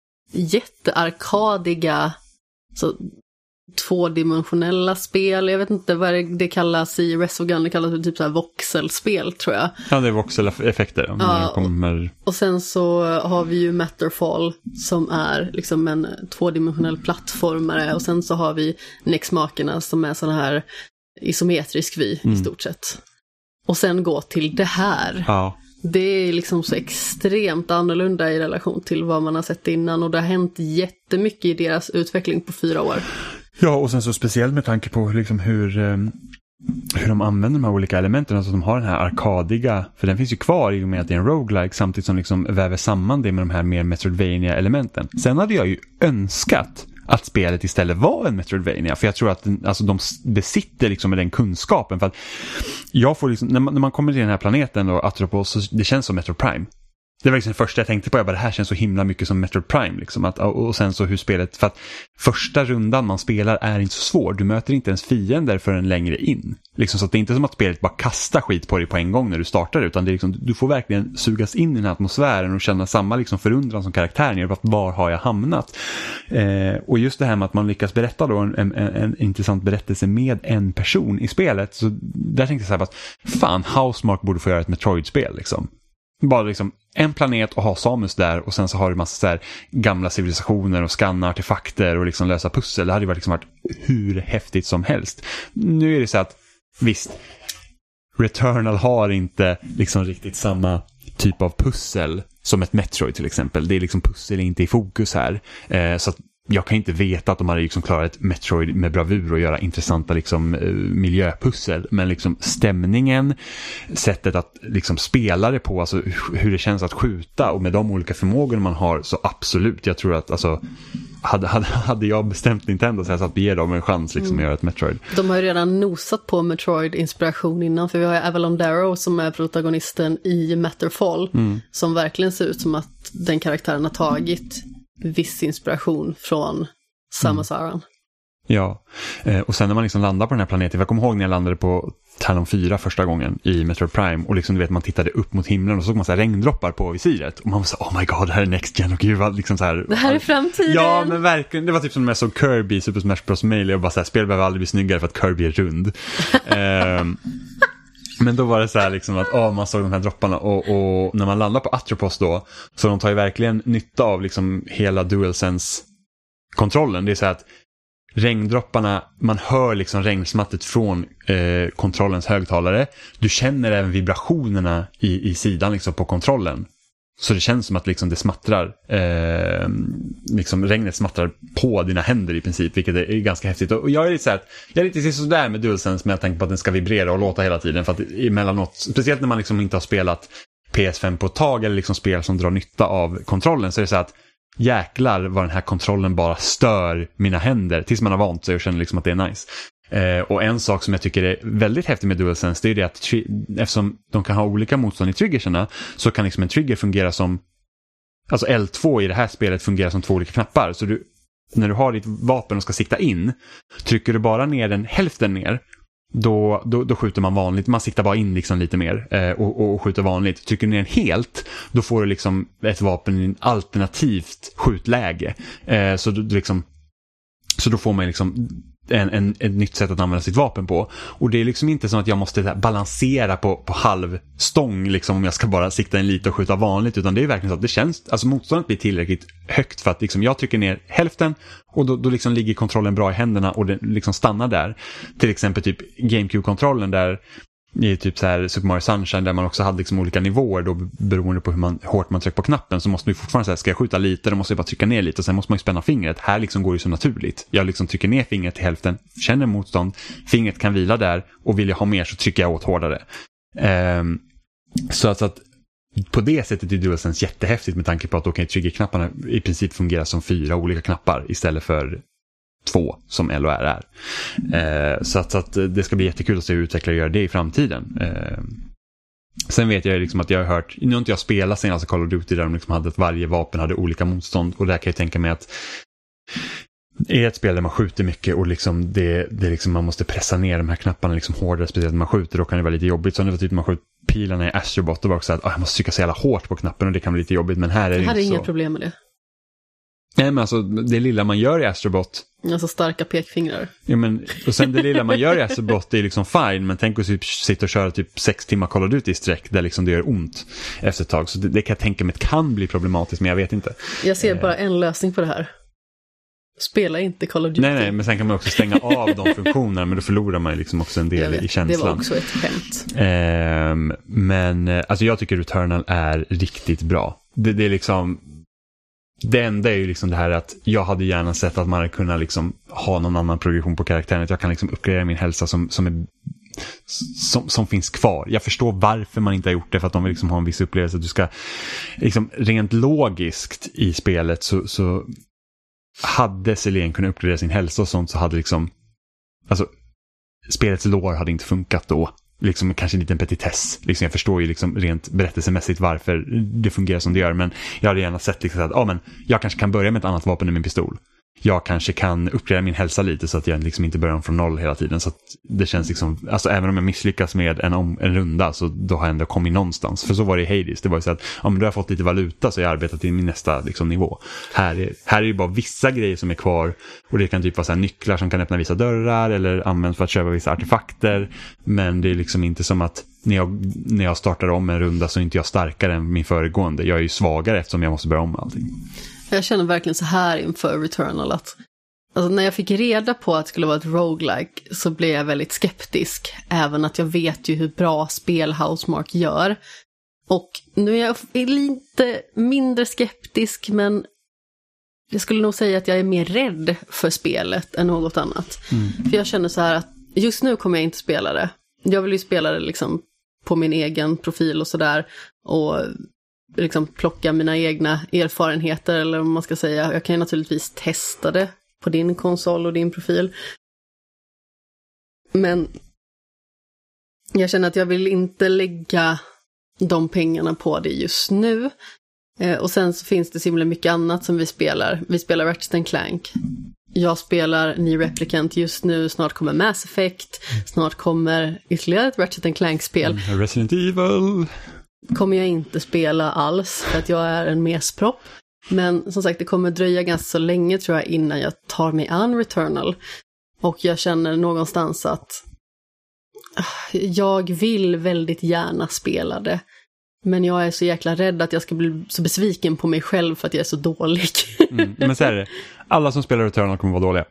jättearkadiga så tvådimensionella spel, jag vet inte vad det, det kallas i Resogun, det kallas typ så här voxelspel tror jag. Ja, det är voxeleffekter. Ja, kommer... och, och sen så har vi ju Matterfall som är liksom en tvådimensionell plattformare, och sen så har vi Nextmakerna som är sån här isometrisk vy mm. i stort sett. Och sen gå till det här. Ja. Det är liksom så extremt annorlunda i relation till vad man har sett innan, och det har hänt jättemycket i deras utveckling på fyra år. Ja, och sen så speciellt med tanke på liksom hur, um, hur de använder de här olika elementen, alltså att de har den här arkadiga, för den finns ju kvar i och med att det är en roguelike, samtidigt som liksom väver samman det med de här mer Metroidvania-elementen. Sen hade jag ju önskat att spelet istället var en Metroidvania, för jag tror att den, alltså de besitter liksom med den kunskapen, för att jag får liksom, när man, när man kommer till den här planeten och Atropos, så det känns som Metroid Prime. Det var liksom det första jag tänkte på, jag bara, det här känns så himla mycket som Metroid Prime liksom, att, och sen så hur spelet, för att första rundan man spelar är inte så svår, du möter inte ens fiender förrän längre in liksom, så att det är inte som att spelet bara kastar skit på dig på en gång när du startar, utan det är liksom, du får verkligen sugas in i den här atmosfären och känna samma liksom förundran som karaktären gör, var har jag hamnat, eh, och just det här med att man lyckas berätta då en, en, en intressant berättelse med en person i spelet, så där tänkte jag så här, att fan, Housemarque borde få göra ett Metroid-spel liksom. Bara liksom en planet och ha Samus där, och sen så har du massa så här gamla civilisationer och skanna artefakter och liksom lösa pussel. Det hade ju varit, liksom varit hur häftigt som helst. Nu är det så att visst, Returnal har inte liksom riktigt samma typ av pussel som ett Metroid till exempel. Det är liksom, pussel är inte i fokus här. Eh, så att jag kan inte veta att de hade liksom klarat ett Metroid med bravur och göra intressanta liksom, miljöpussel. Men liksom stämningen, sättet att liksom spela det på, alltså hur det känns att skjuta, och med de olika förmågorna man har, så absolut. Jag tror att alltså, hade, hade, hade jag bestämt Nintendo så att ge dem en chans liksom, mm. att göra ett Metroid. De har ju redan nosat på Metroid-inspiration innan, för vi har ju Avalon Darrow som är protagonisten i Matterfall, mm. som verkligen ser ut som att den karaktären har tagit viss inspiration från Samus Aran. Ja, eh, och sen när man liksom landar på den här planeten, jag kommer ihåg när jag landade på Talon fyra första gången i Metroid Prime och liksom du vet man tittade upp mot himlen och så såg man så här regndroppar på visiret och man var så oh my god, det här är next gen och gud vad liksom så här. Det här är framtiden. Ja, men verkligen, det var typ som när jag såg Kirby i Super Smash Bros. Melee och bara så här, spel behöver aldrig bli snyggare för att Kirby är rund. um, Men då var det så här liksom att oh, man såg de här dropparna och, och när man landar på Atropos då så de tar ju verkligen nytta av liksom hela DualSense-kontrollen. Det är så här att regndropparna, man hör liksom regnsmattet från eh, kontrollens högtalare. Du känner även vibrationerna i, i sidan liksom på kontrollen. Så det känns som att liksom det smattrar, eh, liksom regnet smattrar på dina händer i princip, vilket är ganska häftigt. Och jag är lite så här, jag är lite sådär med DualSense, men jag tänker på att den ska vibrera och låta hela tiden. För att emellanåt, speciellt när man liksom inte har spelat P S fem på ett tag eller liksom spel som drar nytta av kontrollen, så är det så att jäklar vad den här kontrollen bara stör mina händer tills man har vant sig och känner liksom att det är nice. Eh, och en sak som jag tycker är väldigt häftigt med DualSense, det är det att tri- eftersom de kan ha olika motstånd i triggerserna, så kan liksom en trigger fungera som, alltså L två i det här spelet fungerar som två olika knappar. Så du, när du har ditt vapen och ska sikta in, trycker du bara ner den hälften ner, då, då, då skjuter man vanligt. Man siktar bara in liksom lite mer eh, och, och skjuter vanligt. Trycker du ner den helt, då får du liksom ett vapen i en alternativt skjutläge. Eh, så, du, liksom, så då får man liksom En, en, ett nytt sätt att använda sitt vapen på. Och det är liksom inte så att jag måste här, balansera på, på halvstång liksom, om jag ska bara sikta in lite och skjuta vanligt, utan det är verkligen så att det känns, alltså motståndet blir tillräckligt högt för att liksom, jag trycker ner hälften och då, då liksom ligger kontrollen bra i händerna och den liksom stannar där. Till exempel typ GameCube-kontrollen där i typ så här Super Mario Sunshine, där man också hade liksom olika nivåer då, beroende på hur man, hårt man trycker på knappen, så måste du fortfarande säga, ska jag skjuta lite, då måste jag bara trycka ner lite och sen måste man ju spänna fingret. Här liksom går det så naturligt. Jag liksom trycker ner fingret till hälften, känner motstånd, fingret kan vila där och vill jag ha mer så trycker jag åt hårdare. Um, så att, så att på det sättet är DualSense jättehäftigt, med tanke på att då kan triggerknapparna i princip fungera som fyra olika knappar istället för två som L och R är. Eh, så, att, så att det ska bli jättekul att se hur utvecklare gör det i framtiden. Eh, sen vet jag liksom att jag har hört, nu har inte jag spelat sen alltså Call of Duty där de liksom hade att varje vapen hade olika motstånd, och där kan jag tänka mig att i ett spel där man skjuter mycket och liksom det, det liksom man måste pressa ner de här knapparna liksom hårdare, speciellt när man skjuter, då kan det vara lite jobbigt. Så när det var typ man skjuter pilarna i Astrobot, då var det också att oh, jag måste trycka så jävla hårt på knappen och det kan bli lite jobbigt, men här är det, det här inte är inga så. problem med det. Nej, men alltså det lilla man gör i Astrobot, alltså starka pekfingrar. Ja, men, och sen det lilla man gör i Astrobot är liksom fine, men tänk att typ, sitta och köra typ sex timmar Call of Duty i sträck där liksom det gör ont efter ett tag. Så det, det kan jag tänka mig kan bli problematiskt, men jag vet inte. Jag ser bara en lösning på det här. Spela inte Call of Duty. Nej, nej, men sen kan man också stänga av de funktionerna, men då förlorar man liksom också en del i känslan. Det var också ett skämt. Eh, men alltså jag tycker Returnal är riktigt bra. Det, det är liksom... Det enda är ju liksom det här att jag hade gärna sett att man hade kunnat liksom ha någon annan progression på karaktären. Att jag kan liksom uppgradera min hälsa som, som, är, som, som finns kvar. Jag förstår varför man inte har gjort det, för att de vill liksom ha en viss upplevelse. Du ska liksom rent logiskt i spelet så, så hade Selene kunnat uppgradera sin hälsa och sånt, så hade liksom alltså spelets lore hade inte funkat då. Liksom kanske en liten petitess. Liksom jag förstår ju liksom rent berättelsemässigt varför det fungerar som det gör, men jag hade gärna sett liksom att ah, men jag kanske kan börja med ett annat vapen än min pistol. Jag kanske kan uppgradera min hälsa lite så att jag liksom inte börjar från noll hela tiden, så att det känns liksom, alltså även om jag misslyckas med en, om, en runda, så då har jag ändå kommit någonstans. För så var det i Hades, det var ju så att ja, men då har jag fått lite valuta, så jag har arbetat till min nästa liksom, nivå. Här är, här är ju bara vissa grejer som är kvar, och det kan typ vara så här nycklar som kan öppna vissa dörrar eller användas för att köpa vissa artefakter, men det är liksom inte som att när jag, när jag startar om en runda så är inte jag starkare än min föregående. Jag är ju svagare eftersom jag måste börja om allting. Jag känner verkligen så här inför Returnal att alltså när jag fick reda på att det skulle vara ett roguelike så blev jag väldigt skeptisk. Även att jag vet ju hur bra spel Housemarque gör. Och nu är jag lite mindre skeptisk, men jag skulle nog säga att jag är mer rädd för spelet än något annat. Mm. För jag känner så här att just nu kommer jag inte spela det. Jag vill ju spela det liksom på min egen profil och sådär. Och liksom plocka mina egna erfarenheter, eller om man ska säga. Jag kan ju naturligtvis testa det på din konsol och din profil. Men jag känner att jag vill inte lägga de pengarna på det just nu. Eh, och sen så finns det så himla mycket annat som vi spelar. Vi spelar Ratchet and Clank. jag spelar Nier Replicant just nu, snart kommer Mass Effect, snart kommer ytterligare ett Ratchet and Clank-spel. Mm, Resident Evil. Kommer jag inte spela alls för att jag är en mespropp. Men som sagt, det kommer dröja ganska så länge tror jag innan jag tar mig an Returnal. Och jag känner någonstans att jag vill väldigt gärna spela det. Men jag är så jäkla rädd att jag ska bli så besviken på mig själv för att jag är så dålig. Mm, men så är det. Alla som spelar Returnal kommer vara dåliga.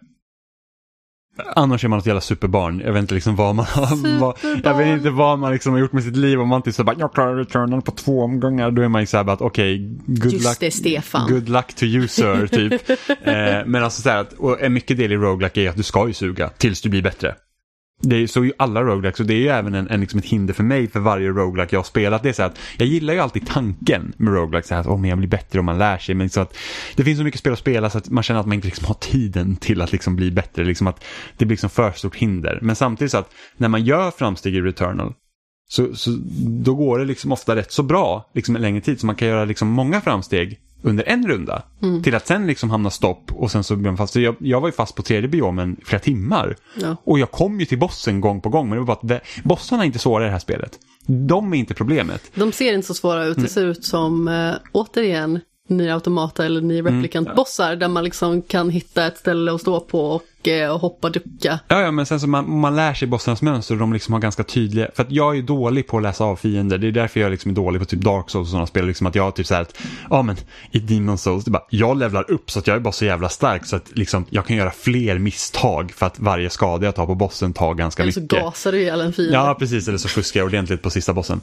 Annars är man ett jävla superbarn. Jag vet inte liksom vad man har, vad, jag vet inte vad man liksom har gjort med sitt liv. Om man inte så bara, jag klarar Returnal på två omgångar. Då är man ju så här bara att okej, okay, good, Just luck, det, Stefan. good luck to you sir, typ. eh, men alltså så här, att, och en mycket del i roguelike är att du ska ju suga tills du blir bättre. Det är så är ju alla roguelikes, och det är ju även en, en, liksom ett hinder för mig för varje roguelike jag har spelat. Det är så att jag gillar ju alltid tanken med roguelikes, så att oh, men jag blir bättre om man lär sig, men så att det finns så mycket spel att spela så att man känner att man inte liksom har tiden till att liksom bli bättre, liksom att det blir liksom för stort hinder. Men samtidigt så att när man gör framsteg i Returnal så, så då går det liksom ofta rätt så bra liksom en längre tid, så man kan göra liksom många framsteg under en runda mm. till att sen liksom hamna stopp och sen så blir man fast. Så jag, jag var ju fast på tredje biomen flera timmar ja. Och jag kom ju till bossen gång på gång, men det var bara att bossarna är inte svåra i det här spelet. De är inte problemet. De ser inte så svåra ut. Det ser ut som äh, återigen Nier Automata eller Nier Replicant mm. bossar där man liksom kan hitta ett ställe att stå på och, och hoppa ducka. Ja, ja, men sen så man, man lär sig bossarnas mönster och de liksom har ganska tydliga, för att jag är dålig på att läsa av fiender. Det är därför jag liksom är dålig på typ Dark Souls och sådana spel, liksom att jag har typ så här att, ja men i Demon Souls, det är bara, jag levlar upp så att jag är bara så jävla stark så att liksom jag kan göra fler misstag för att varje skada jag tar på bossen tar ganska eller mycket. Eller så gasar du ihjäl en fiende. Ja, precis, eller så fuskar jag ordentligt på sista bossen.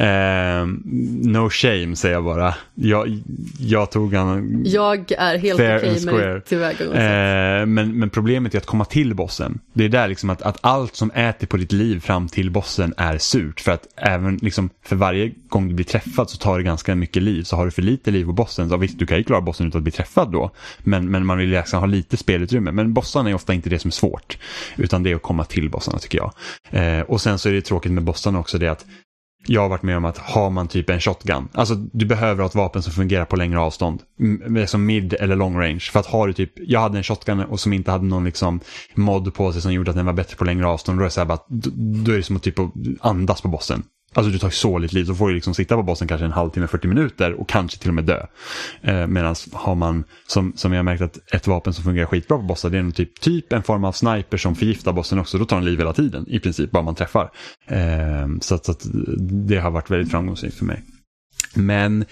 Eh, no shame, säger jag bara. Jag, jag tog en Jag är helt okej med det tillvägagångssätt. Eh, men, men problemet är att komma till bossen. Det är där liksom att, att allt som äter på ditt liv fram till bossen är surt. För att även liksom för varje gång du blir träffad så tar det ganska mycket liv. Så har du för lite liv på bossen, så visst, du kan ju klara bossen utan att bli träffad då. Men, men man vill liksom ha lite spelutrymme. Men bossarna är ofta inte det som är svårt. Utan det är att komma till bossarna, tycker jag. Eh, och sen så är det tråkigt med bossarna också det att jag har varit med om att har man typ en shotgun, alltså du behöver ha ett vapen som fungerar på längre avstånd, m- som mid eller long range, för att har du typ, jag hade en shotgun och som inte hade någon liksom mod på sig som gjorde att den var bättre på längre avstånd, då är det så här bara, då är det som att typ andas på bossen. Alltså du tar så lite liv, så får du liksom sitta på bossen kanske en halvtimme, fyrtio minuter och kanske till och med dö. Eh, Medan har man, som, som jag har märkt att ett vapen som fungerar skitbra på bossen, det är en typ, typ en form av sniper som förgiftar bossen också, då tar den liv hela tiden, i princip, bara man träffar. Eh, så, att, så att det har varit väldigt framgångsrikt för mig. Men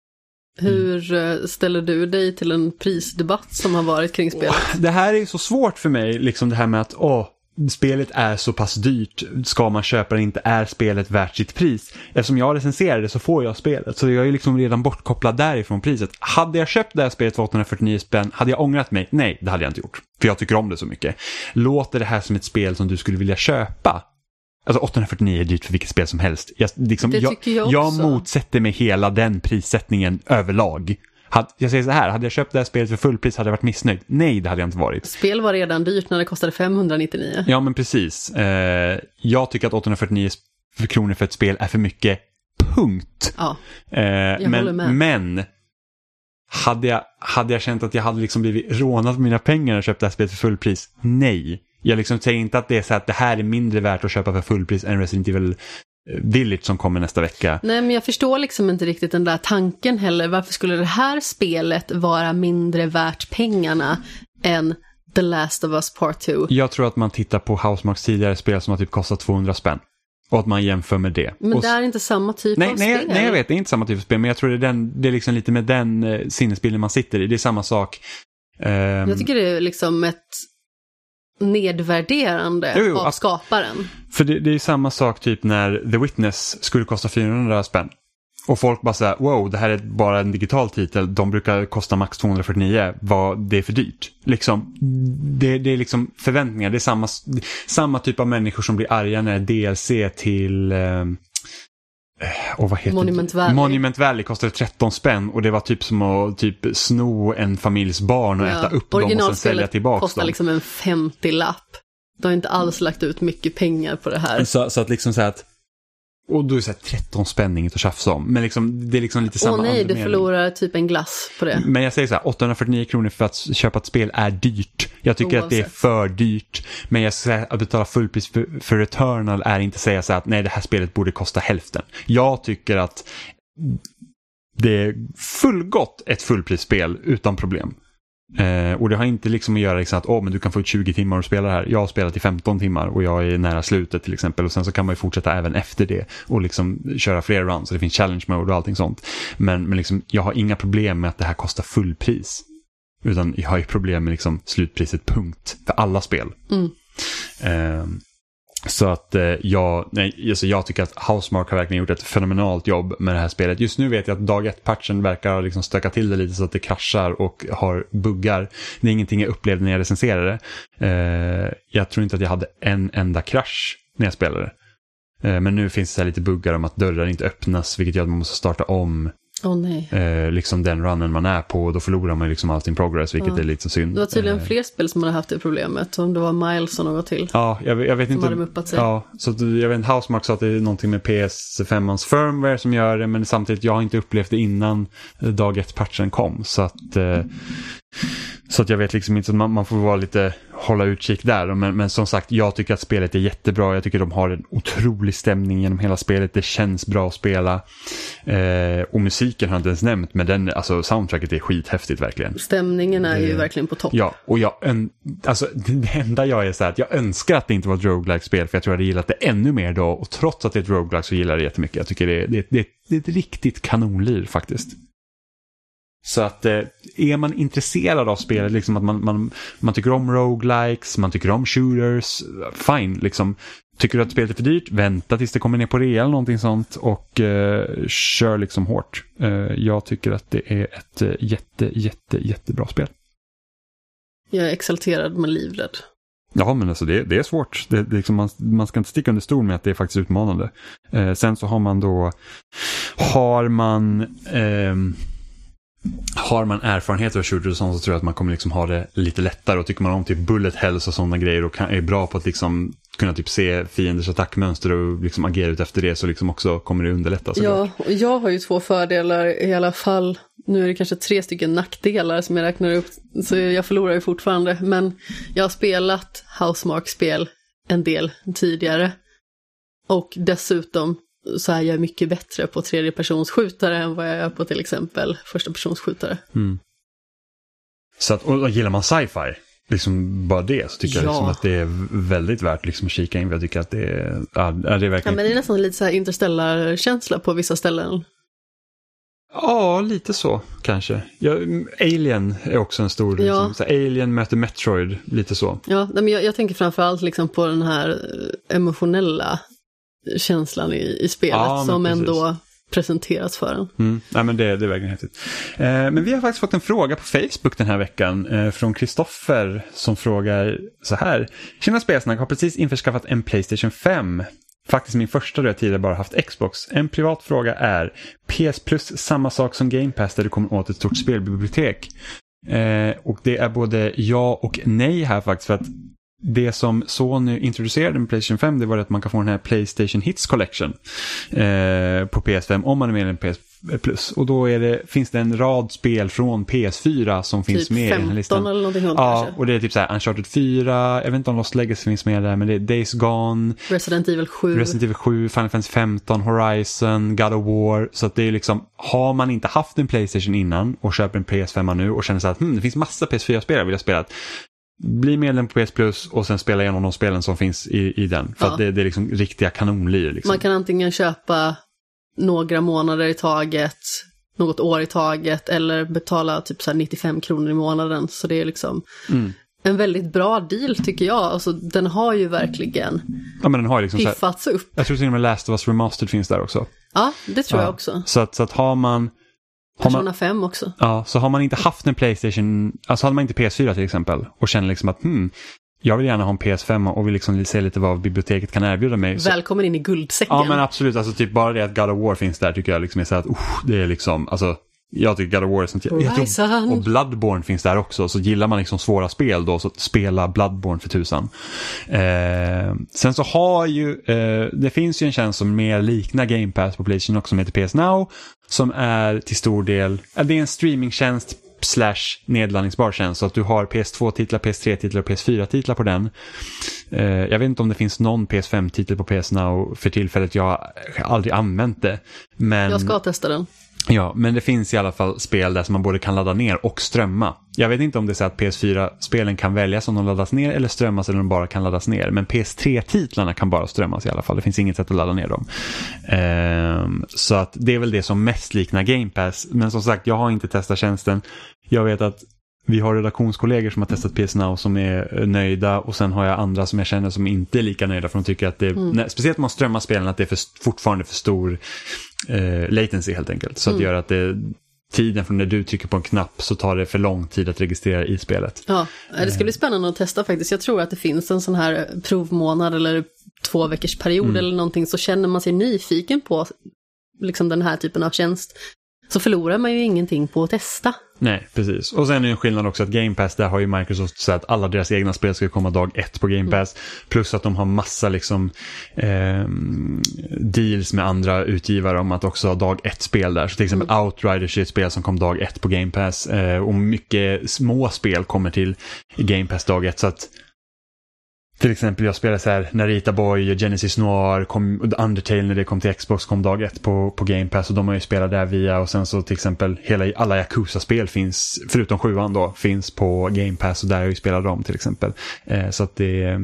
hur ställer du dig till en prisdebatt som har varit kring spelet? Det här är så svårt för mig, liksom det här med att åh, spelet är så pass dyrt, ska man köpa det inte, är spelet värt sitt pris? Eftersom jag recenserar det så får jag spelet, så jag är liksom redan bortkopplad därifrån priset. Hade jag köpt det här spelet för åttahundrafyrtionio spänn, hade jag ångrat mig? Nej, det hade jag inte gjort, för jag tycker om det så mycket. Låter det här som ett spel som du skulle vilja köpa? Alltså åttahundrafyrtionio är dyrt för vilket spel som helst. Jag, liksom, det tycker jag, jag, jag motsätter mig hela den prissättningen överlag. Jag säger så här, hade jag köpt det här spelet för fullpris hade jag varit missnöjd. Nej, det hade jag inte varit. Spel var redan dyrt när det kostade femhundranittionio. Ja, men precis. Eh, jag tycker att åttahundrafyrtionio kronor för ett spel är för mycket. Punkt. Ja, eh, jag men, håller med. Men hade jag, hade jag känt att jag hade liksom blivit rånad på mina pengar och köpt det här spelet för fullpris? Nej. Jag liksom säger inte att det är så att det här är mindre värt att köpa för fullpris än Resident Evil Village som kommer nästa vecka. Nej, men jag förstår liksom inte riktigt den där tanken heller. Varför skulle det här spelet vara mindre värt pengarna än The Last of Us Part två? Jag tror att man tittar på Housemarques tidigare spel som har typ kostat tvåhundra spänn. Och att man jämför med det. Men och det är inte samma typ nej, av nej, spel. Nej, jag vet, det är inte samma typ av spel. Men jag tror det är, den, det är liksom lite med den eh, sinnesbilden man sitter i. Det är samma sak. Um, jag tycker det är liksom ett nedvärderande jo, jo, av skaparen. För det, det är samma sak typ när The Witness skulle kosta fyrahundra spänn. Och folk bara säger, wow, det här är bara en digital titel. De brukar kosta max tvåhundrafyrtionio. Vad det är för dyrt. Liksom, det, det är liksom förväntningar. Det är samma, samma typ av människor som blir arga när D L C till... Eh, och vad heter Monument Valley. Monument Valley kostade tretton spänn och det var typ som att typ sno en familjs barn och ja. äta upp dem och sen sälja tillbaka dem. Kostar liksom en femtio lapp. De har inte alls lagt ut mycket pengar på det här. Så, så att liksom så här att och då är det så här tretton spänn inget att tjafsa om. Men liksom, det är liksom lite samma. Åh nej, du mening. förlorar typ en glass på det. Men jag säger så här, åttahundrafyrtionio kronor för att köpa ett spel är dyrt. Jag tycker Oavsett. att det är för dyrt. Men jag säger att betala fullpris för, för Returnal är inte säga så här att nej, det här spelet borde kosta hälften. Jag tycker att det är fullgott ett fullprisspel utan problem. Eh, och det har inte liksom att göra liksom att oh, men du kan få ut tjugo timmar och spela här. Jag har spelat i femton timmar och jag är nära slutet till exempel. Och sen så kan man ju fortsätta även efter det och liksom köra fler runs. Så det finns challenge mode och allting sånt. Men, men liksom, jag har inga problem med att det här kostar fullpris. Utan jag har ju problem med liksom slutpriset punkt för alla spel. Mm. Eh, Så att eh, jag, nej, alltså jag tycker att Housemarque har verkligen gjort ett fenomenalt jobb med det här spelet. Just nu vet jag att dag ett-patchen verkar liksom stöka till det lite så att det kraschar och har buggar. Det är ingenting jag upplevde när jag recenserade. Eh, jag tror inte att jag hade en enda krasch när jag spelade. Eh, men nu finns det så här lite buggar om att dörrar inte öppnas, vilket gör att man måste starta om. Åh oh, nej. Eh, liksom den runnen man är på, och då förlorar man liksom allt in progress, vilket ja. är lite synd. Det var tydligen eh. fler spel som hade haft det problemet, om det var Miles och något till. Ja, jag, jag vet som inte. Hade muppat sig. Ja, så att, jag vet inte, Housemarque sa att det är någonting med P S fem-ans firmware som gör det, men samtidigt, jag har inte upplevt det innan dag ett-patchen kom, så att eh, så att jag vet liksom inte, så man, man får vara lite, hålla utkik där, men, men som sagt, jag tycker att spelet är jättebra, jag tycker de har en otrolig stämning genom hela spelet, det känns bra att spela, eh, och musiken har jag inte ens nämnt, men den, alltså soundtracket är skithäftigt verkligen. Stämningen är ju eh, verkligen på topp. Ja, och jag, en, alltså det enda jag är så här, att jag önskar att det inte var ett roguelike-spel, för jag tror jag hade gillat det ännu mer då, och trots att det är ett roguelike så gillar jag det jättemycket, jag tycker det, det, det, det är ett riktigt kanonlir faktiskt. Så att eh, är man intresserad av spelet, liksom att man, man, man tycker om roguelikes, man tycker om shooters, fine, liksom. Tycker du att spelet är för dyrt, vänta tills det kommer ner på rea eller någonting sånt, och eh, kör liksom hårt. Eh, jag tycker att det är ett eh, jätte, jätte, jättebra spel. Jag är exalterad men livrädd. Ja, men alltså det, det är svårt. Det, det liksom man, man ska inte sticka under stol med att det är faktiskt utmanande. Eh, sen så har man då, har man... Eh, Har man erfarenhet av shooters och sånt, så tror jag att man kommer liksom ha det lite lättare, och tycker man om typ bullet hells och sådana grejer och kan, är bra på att liksom kunna typ se fienders attackmönster och liksom agera ut efter det, så liksom också kommer det underlätta. Ja, och jag har ju två fördelar i alla fall. Nu är det kanske tre stycken nackdelar som jag räknar upp, så jag förlorar ju fortfarande, men jag har spelat Housemarque-spel en del tidigare, och dessutom så är jag mycket bättre på tredjepersonsskjutare än vad jag är på till exempel första personsskjutare. Mm. Så att, och gillar man sci-fi, liksom bara det, så tycker ja. jag liksom att det är väldigt värt liksom att kika in. Jag tycker att det är, ja, det är verkligen... Ja, men det är nästan lite så här Interstellar-känsla på vissa ställen. Ja, lite så kanske. Ja, Alien är också en stor... Ja. Liksom, så Alien möter Metroid, lite så. Ja, men jag, jag tänker framförallt liksom på den här emotionella känslan i, i spelet, ja, som precis. Ändå presenteras för en. Mm. Ja, men det, det är verkligen häftigt. Eh, men vi har faktiskt fått en fråga på Facebook den här veckan eh, från Kristoffer, som frågar så här: Tjena Spelsnack, har precis införskaffat en PlayStation fem. Faktiskt min första, då jag tidigare bara haft Xbox. En privat fråga är: P S Plus samma sak som Game Pass, där du kommer åt ett stort spelbibliotek? Eh, och det är både ja och nej här faktiskt, för att det som Sony introducerade med PlayStation fem, det var att man kan få den här PlayStation Hits Collection eh, på P S fem om man är med i en P S Plus. Och då är det, finns det en rad spel från P S fyra som typ finns med i den här listan. Eller någonting sånt, ja, kanske. Och det är typ så här Uncharted fyra, jag vet inte om Lost Legacy finns med där, men det är Days Gone, Resident Evil sju, Resident Evil sju, Final Fantasy femton, Horizon, God of War. Så att det är liksom, har man inte haft en PlayStation innan och köper en P S fem nu och känner så att hm, det finns massa P S fyra-spelare vill jag spela, bli medlem på P S Plus och sen spela igenom de spelen som finns i, i den. För ja. att det, det är liksom riktiga kanonlir. Liksom. Man kan antingen köpa några månader i taget, något år i taget, eller betala typ så här nittiofem kronor i månaden. Så det är liksom mm. en väldigt bra deal, tycker jag. Alltså, den har ju verkligen ja, men den har liksom piffats så här, upp. Jag tror till och med Last of Us Remastered finns där också. Ja, det tror ja. jag också. Så att, så att har man... Persona fem också. Ja, så har man inte haft en PlayStation, alltså hade man inte P S fyra till exempel, och känner liksom att hmm, jag vill gärna ha en P S fem och vill liksom se lite vad biblioteket kan erbjuda mig. Välkommen så, in i guldsäcken. Ja, men absolut, alltså typ bara det att God of War finns där tycker jag liksom är så att uh, det är liksom, alltså Jag tycker God of War är sånt. Jag tror, och Bloodborne finns där också. Så gillar man liksom svåra spel då, så spela Bloodborne för tusan. Eh, sen så har ju eh, det finns ju en tjänst som mer liknar Game Pass på PlayStation också, som heter P S Now, som är till stor del, det är en streamingtjänst slash nedladdningsbar tjänst, så att du har P S två-titlar, P S tre-titlar och P S fyra-titlar på den. Eh, jag vet inte om det finns någon P S fem-titel på P S Now för tillfället. Jag har aldrig använt det. Men... Jag ska testa den. Ja, men det finns i alla fall spel där som man både kan ladda ner och strömma. Jag vet inte om det är så att P S fyra-spelen kan väljas om de laddas ner eller strömmas, eller de bara kan laddas ner. Men P S tre-titlarna kan bara strömmas i alla fall. Det finns inget sätt att ladda ner dem. Ehm, så att det är väl det som mest liknar Game Pass. Men som sagt, jag har inte testat tjänsten. Jag vet att vi har redaktionskollegor som har testat P S Now som är nöjda, och sen har jag andra som jag känner som inte är lika nöjda, för de tycker att det, mm. när, speciellt när man strömmar spelen, att det är för, fortfarande för stor eh, latency helt enkelt. Så mm. att göra att det, tiden från när du trycker på en knapp så tar det för lång tid att registrera i spelet. Ja, det ska bli spännande att testa faktiskt. Jag tror att det finns en sån här provmånad eller två veckors period mm. eller någonting, så känner man sig nyfiken på liksom den här typen av tjänst, så förlorar man ju ingenting på att testa. Nej, precis. Och sen är det en skillnad också att Game Pass, där har ju Microsoft sagt att alla deras egna spel ska komma dag ett på Game Pass. Mm. Plus att de har massa liksom eh, deals med andra utgivare om att också ha dag ett spel där. Så till exempel mm. Outriders är ett spel som kom dag ett på Game Pass. Eh, och mycket små spel kommer till Game Pass dag ett. Så att till exempel jag spelade så här Narita Boy och Genesis Noir, kom, Undertale när det kom till Xbox kom dag ett på, på Game Pass, och de har ju spelat där via, och sen så till exempel hela, alla Yakuza-spel finns, förutom sjuan då, finns på Game Pass, och där har jag ju spelat dem till exempel. Eh, så att det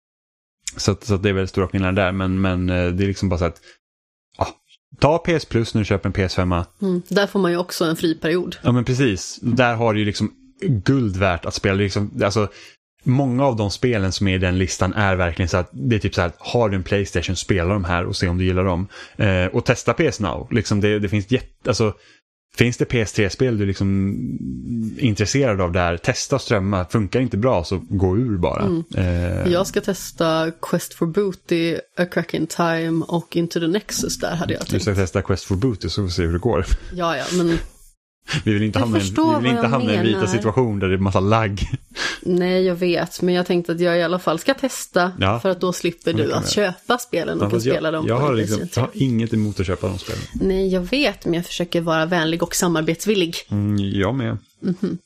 så att, så att det är väldigt stora skillnader där, men, men det är liksom bara så att ja, ta P S Plus när du köper en P S fem. Mm, där får man ju också en fri period. Ja men precis, där har du ju liksom guld värt att spela liksom, alltså många av de spelen som är i den listan är verkligen så att det är typ så här, har du en PlayStation, spela de här och se om du gillar dem. Eh, och testa P S Now. Liksom det, det finns jätte, alltså, finns det P S tre-spel du liksom är intresserad av där, testa och strömma. Funkar inte bra så gå ur bara. Mm. Eh. Jag ska testa Quest for Booty, A Crack in Time och Into the Nexus, där hade jag tänkt. Du ska testa Quest for Booty så får vi se hur det går. Ja, ja, men... Vi vill inte hamna, en, vi vill inte hamna i en vita situation där det är massa lagg. Nej, jag vet. Men jag tänkte att jag i alla fall ska testa. Ja. För att då slipper du att köpa spelen och ja, kan spela jag, dem. Jag har, liksom, jag har inget emot att köpa de spelen. Nej, jag vet. Men jag försöker vara vänlig och samarbetsvillig. Mm, jag med. Mm-hmm.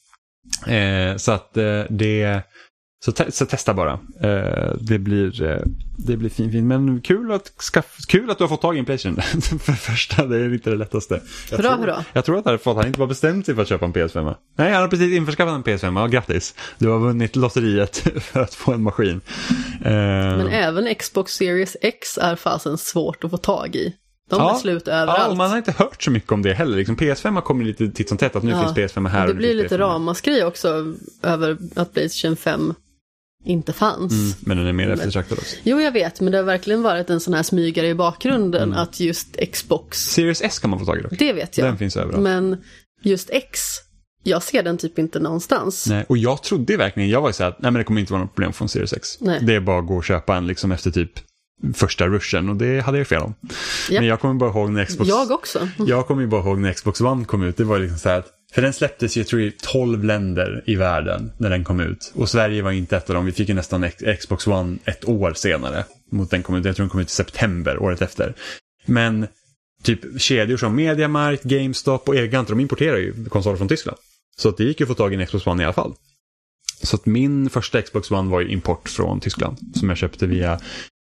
Eh, så att eh, det... Så, te- så testa bara. Eh, det blir eh, det blir fint, fint. Men kul att, skaff- kul att du har fått tag i en PlayStation. För första, det är inte det lättaste. Jag hurra, tror, hurra. Jag tror att han, fått, han inte var bestämt sig för att köpa en P S fem. Nej, han har precis införskaffat en P S fem. Ja, grattis. Du har vunnit lotteriet för att få en maskin. Eh, Men även Xbox Series X är fasen svårt att få tag i. De ja, är slut överallt. Ja, och man har inte hört så mycket om det heller. Liksom P S fem har kommit lite titt som tätt att nu ja, finns P S fem här. Det blir lite ramaskri också över att PlayStation fem inte fanns. Mm, men den är mer eftertraktad också. Jo, jag vet, men det har verkligen varit en sån här smygare i bakgrunden mm. att just Xbox... Series S kan man få tag i dock. Det vet jag. Den finns överallt. Men just X, jag ser den typ inte någonstans. Nej, och jag trodde verkligen, jag var ju så här, nej men det kommer inte vara något problem från Series X. Nej. Det är bara att gå och köpa en liksom efter typ första rushen, och det hade jag fel om. Ja. Men jag kommer bara ihåg när Xbox... Jag också. Jag kommer bara ihåg när Xbox One kom ut, det var liksom så här att för den släpptes ju, jag tror jag, tolv länder i världen när den kom ut. Och Sverige var inte ett av dem. Vi fick ju nästan Xbox One ett år senare mot den kom ut. Jag tror den kom ut i september året efter. Men typ kedjor som MediaMarkt, GameStop och Elgiganten, de importerar ju konsoler från Tyskland. Så att det gick ju att få tag i en Xbox One i alla fall. Så att min första Xbox One var ju import från Tyskland som jag köpte via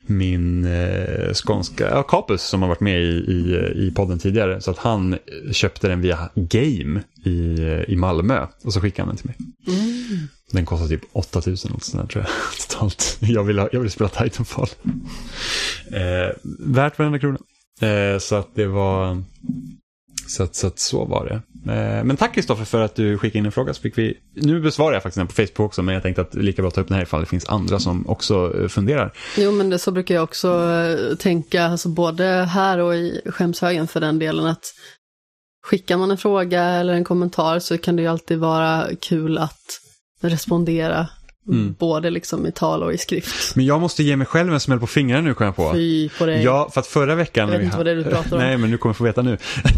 min eh, skånska ja, Capus som har varit med i, i, i podden tidigare, så att han köpte den via Game i, i Malmö och så skickade han den till mig. Mm. Den kostar typ åtta tusen och sådär, tror jag, totalt. Jag vill, ha, jag vill spela Titanfall. Eh, värt varenda krona. Eh, så att det var så att, så att så var det. Eh, men tack Kristoffer för att du skickade in en fråga, så fick vi, nu besvarar jag faktiskt den på Facebook också, men jag tänkte att lika bra ta upp den här ifall det finns andra som också funderar. Jo, men det så brukar jag också tänka, alltså både här och i skämshögen för den delen, att skickar man en fråga eller en kommentar så kan det ju alltid vara kul att respondera. Mm. Både liksom i tal och i skrift. Men jag måste ge mig själv en smäll på fingrarna nu, kan jag på. Fy på dig. Ja, för att förra veckan... Jag vet inte vad det är du pratar om. Nej, men nu kommer jag få veta nu.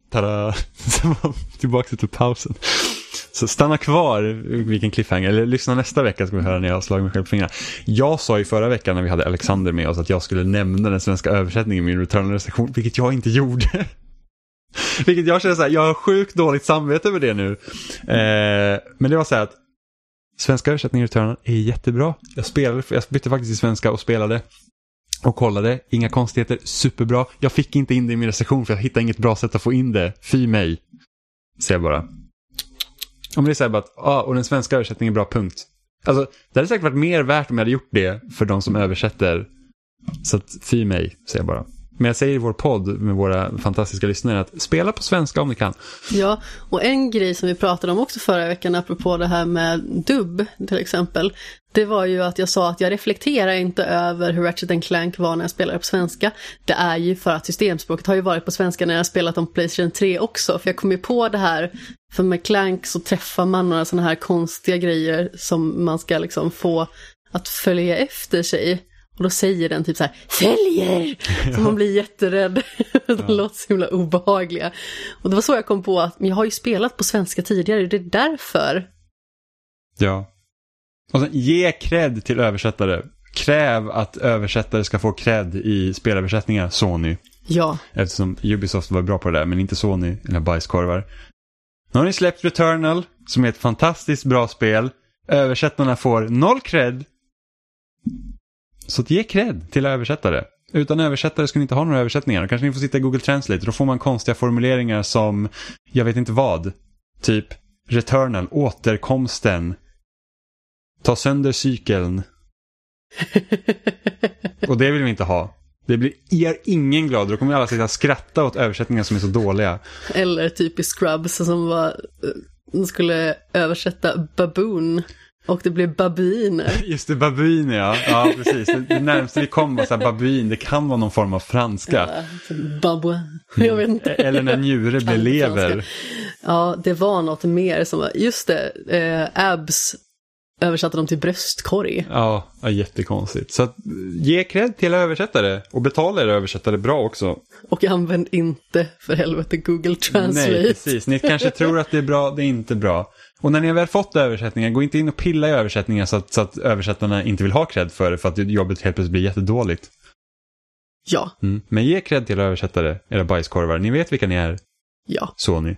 tada! Tillbaka till pausen. Så stanna kvar, vilken cliffhanger. Eller lyssna nästa vecka ska vi höra när jag har slagit mig själv på fingrarna. Jag sa ju förra veckan när vi hade Alexander med oss att jag skulle nämna den svenska översättningen i min Returnal-recension, vilket jag inte gjorde. Vilket jag känner så här, jag har sjukt dåligt samvete över det nu. Eh, men det var så här att svenska översättningen i Returnal är jättebra. Jag spelade, jag bytte faktiskt till svenska och spelade och kollade. Inga konstigheter, superbra. Jag fick inte in det i min recension för jag hittade inget bra sätt att få in det. Fy mig, säger jag bara. Om det är så här bara att, ah, och den svenska översättningen är bra, punkt. Alltså, det hade säkert varit mer värt om jag hade gjort det för de som översätter. Så att, fy mig, säger jag bara. Men jag säger i vår podd med våra fantastiska lyssnare att spela på svenska om ni kan. Ja, och en grej som vi pratade om också förra veckan apropå det här med dubb till exempel, det var ju att jag sa att jag reflekterar inte över hur Ratchet and Clank var när jag spelade på svenska. Det är ju för att systemspråket har ju varit på svenska när jag spelat om PlayStation tre också. För jag kom ju på det här, för med Clank så träffar man några sådana här konstiga grejer som man ska liksom få att följa efter sig. Och då säger den typ så här, följer! Så ja. Man blir jätterädd. De ja. Låter så himla obehagliga. Och det var så jag kom på att jag har ju spelat på svenska tidigare. Det är därför. Ja. Och sen ge cred till översättare. Kräv att översättare ska få cred i spelöversättningar. Sony. Ja. Eftersom Ubisoft var bra på det där, men inte Sony. Eller bajskorvar. Nu har ni släppt Returnal, som är ett fantastiskt bra spel. Översättarna får noll cred. Så att ge cred till översättare. Utan översättare skulle ni inte ha några översättningar. Kanske ni får sitta i Google Translate. Då får man konstiga formuleringar som, jag vet inte vad. Typ Returnal, återkomsten. Ta sönder cykeln. Och det vill vi inte ha. Det blir er ingen glad. Då kommer alla sitta och skratta åt översättningar som är så dåliga. Eller typ i Scrubs som var, de skulle översätta baboon. Och det blev babuiner. Just det, babuiner, ja. Ja, precis. Det, det närmaste vi kom var så här babuin. Det kan vara någon form av franska. Ja, babua. Jag vet inte. Eller när njure blir lever. Ja, det var något mer som var, just det, eh, abs översatte dem till bröstkorg. Ja, ja, jättekonstigt. Så att, ge cred till översättare. Och betala er översättare bra också. Och använd inte för helvete Google Translate. Nej, precis. Ni kanske tror att det är bra, det är inte bra. Och när ni har väl fått översättningar, gå inte in och pilla i översättningar så att, så att översättarna inte vill ha cred för det, för att jobbet helt plötsligt blir jättedåligt. Ja. Mm. Men ge cred till översättare, era bajskorvar. Ni vet vilka ni är. Ja. Sony.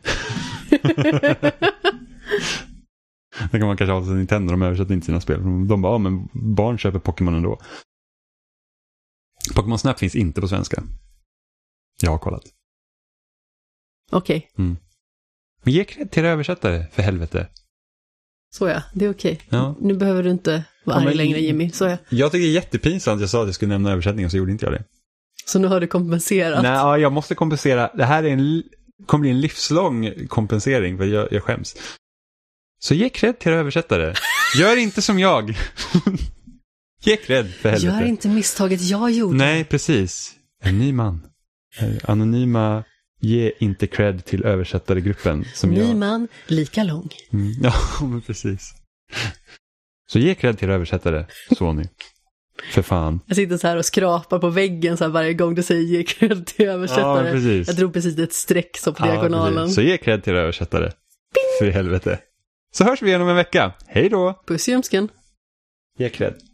Det kan man kanske ha till Nintendo, de översätter inte sina spel. De bara, ja men barn köper Pokémon ändå. Pokémon Snap finns inte på svenska. Jag har kollat. Okej. Okay. Mm. Men ge cred till översättare, för helvete. Så ja, det är okej. Okay. Ja. Nu behöver du inte vara arg ja, längre, Jimmy. Så ja. Jag tycker det är jättepinsamt. Jag sa att jag skulle nämna översättningen, så gjorde inte jag det. Så nu har du kompenserat? Nej, ja, jag måste kompensera. Det här är en, kommer bli en livslång kompensering, för jag, jag skäms. Så ge cred till översättare. Gör inte som jag. Ge cred, för helvete. Gör inte misstaget jag gjorde. Nej, precis. En ny man. Anonyma... Ge inte cred till översättaregruppen som Ny jag... man, lika lång. Mm, ja, men precis. Så ge cred till översättare, Sony. För fan. Jag sitter så här och skrapar på väggen så här varje gång du säger ge cred till översättare. Ja, precis. Jag drog precis ett streck så på ja, diagonalen. Precis. Så ge cred till översättare. Bing! För helvete. Så hörs vi igen om en vecka. Hej då! Puss i ömsken. Ge cred.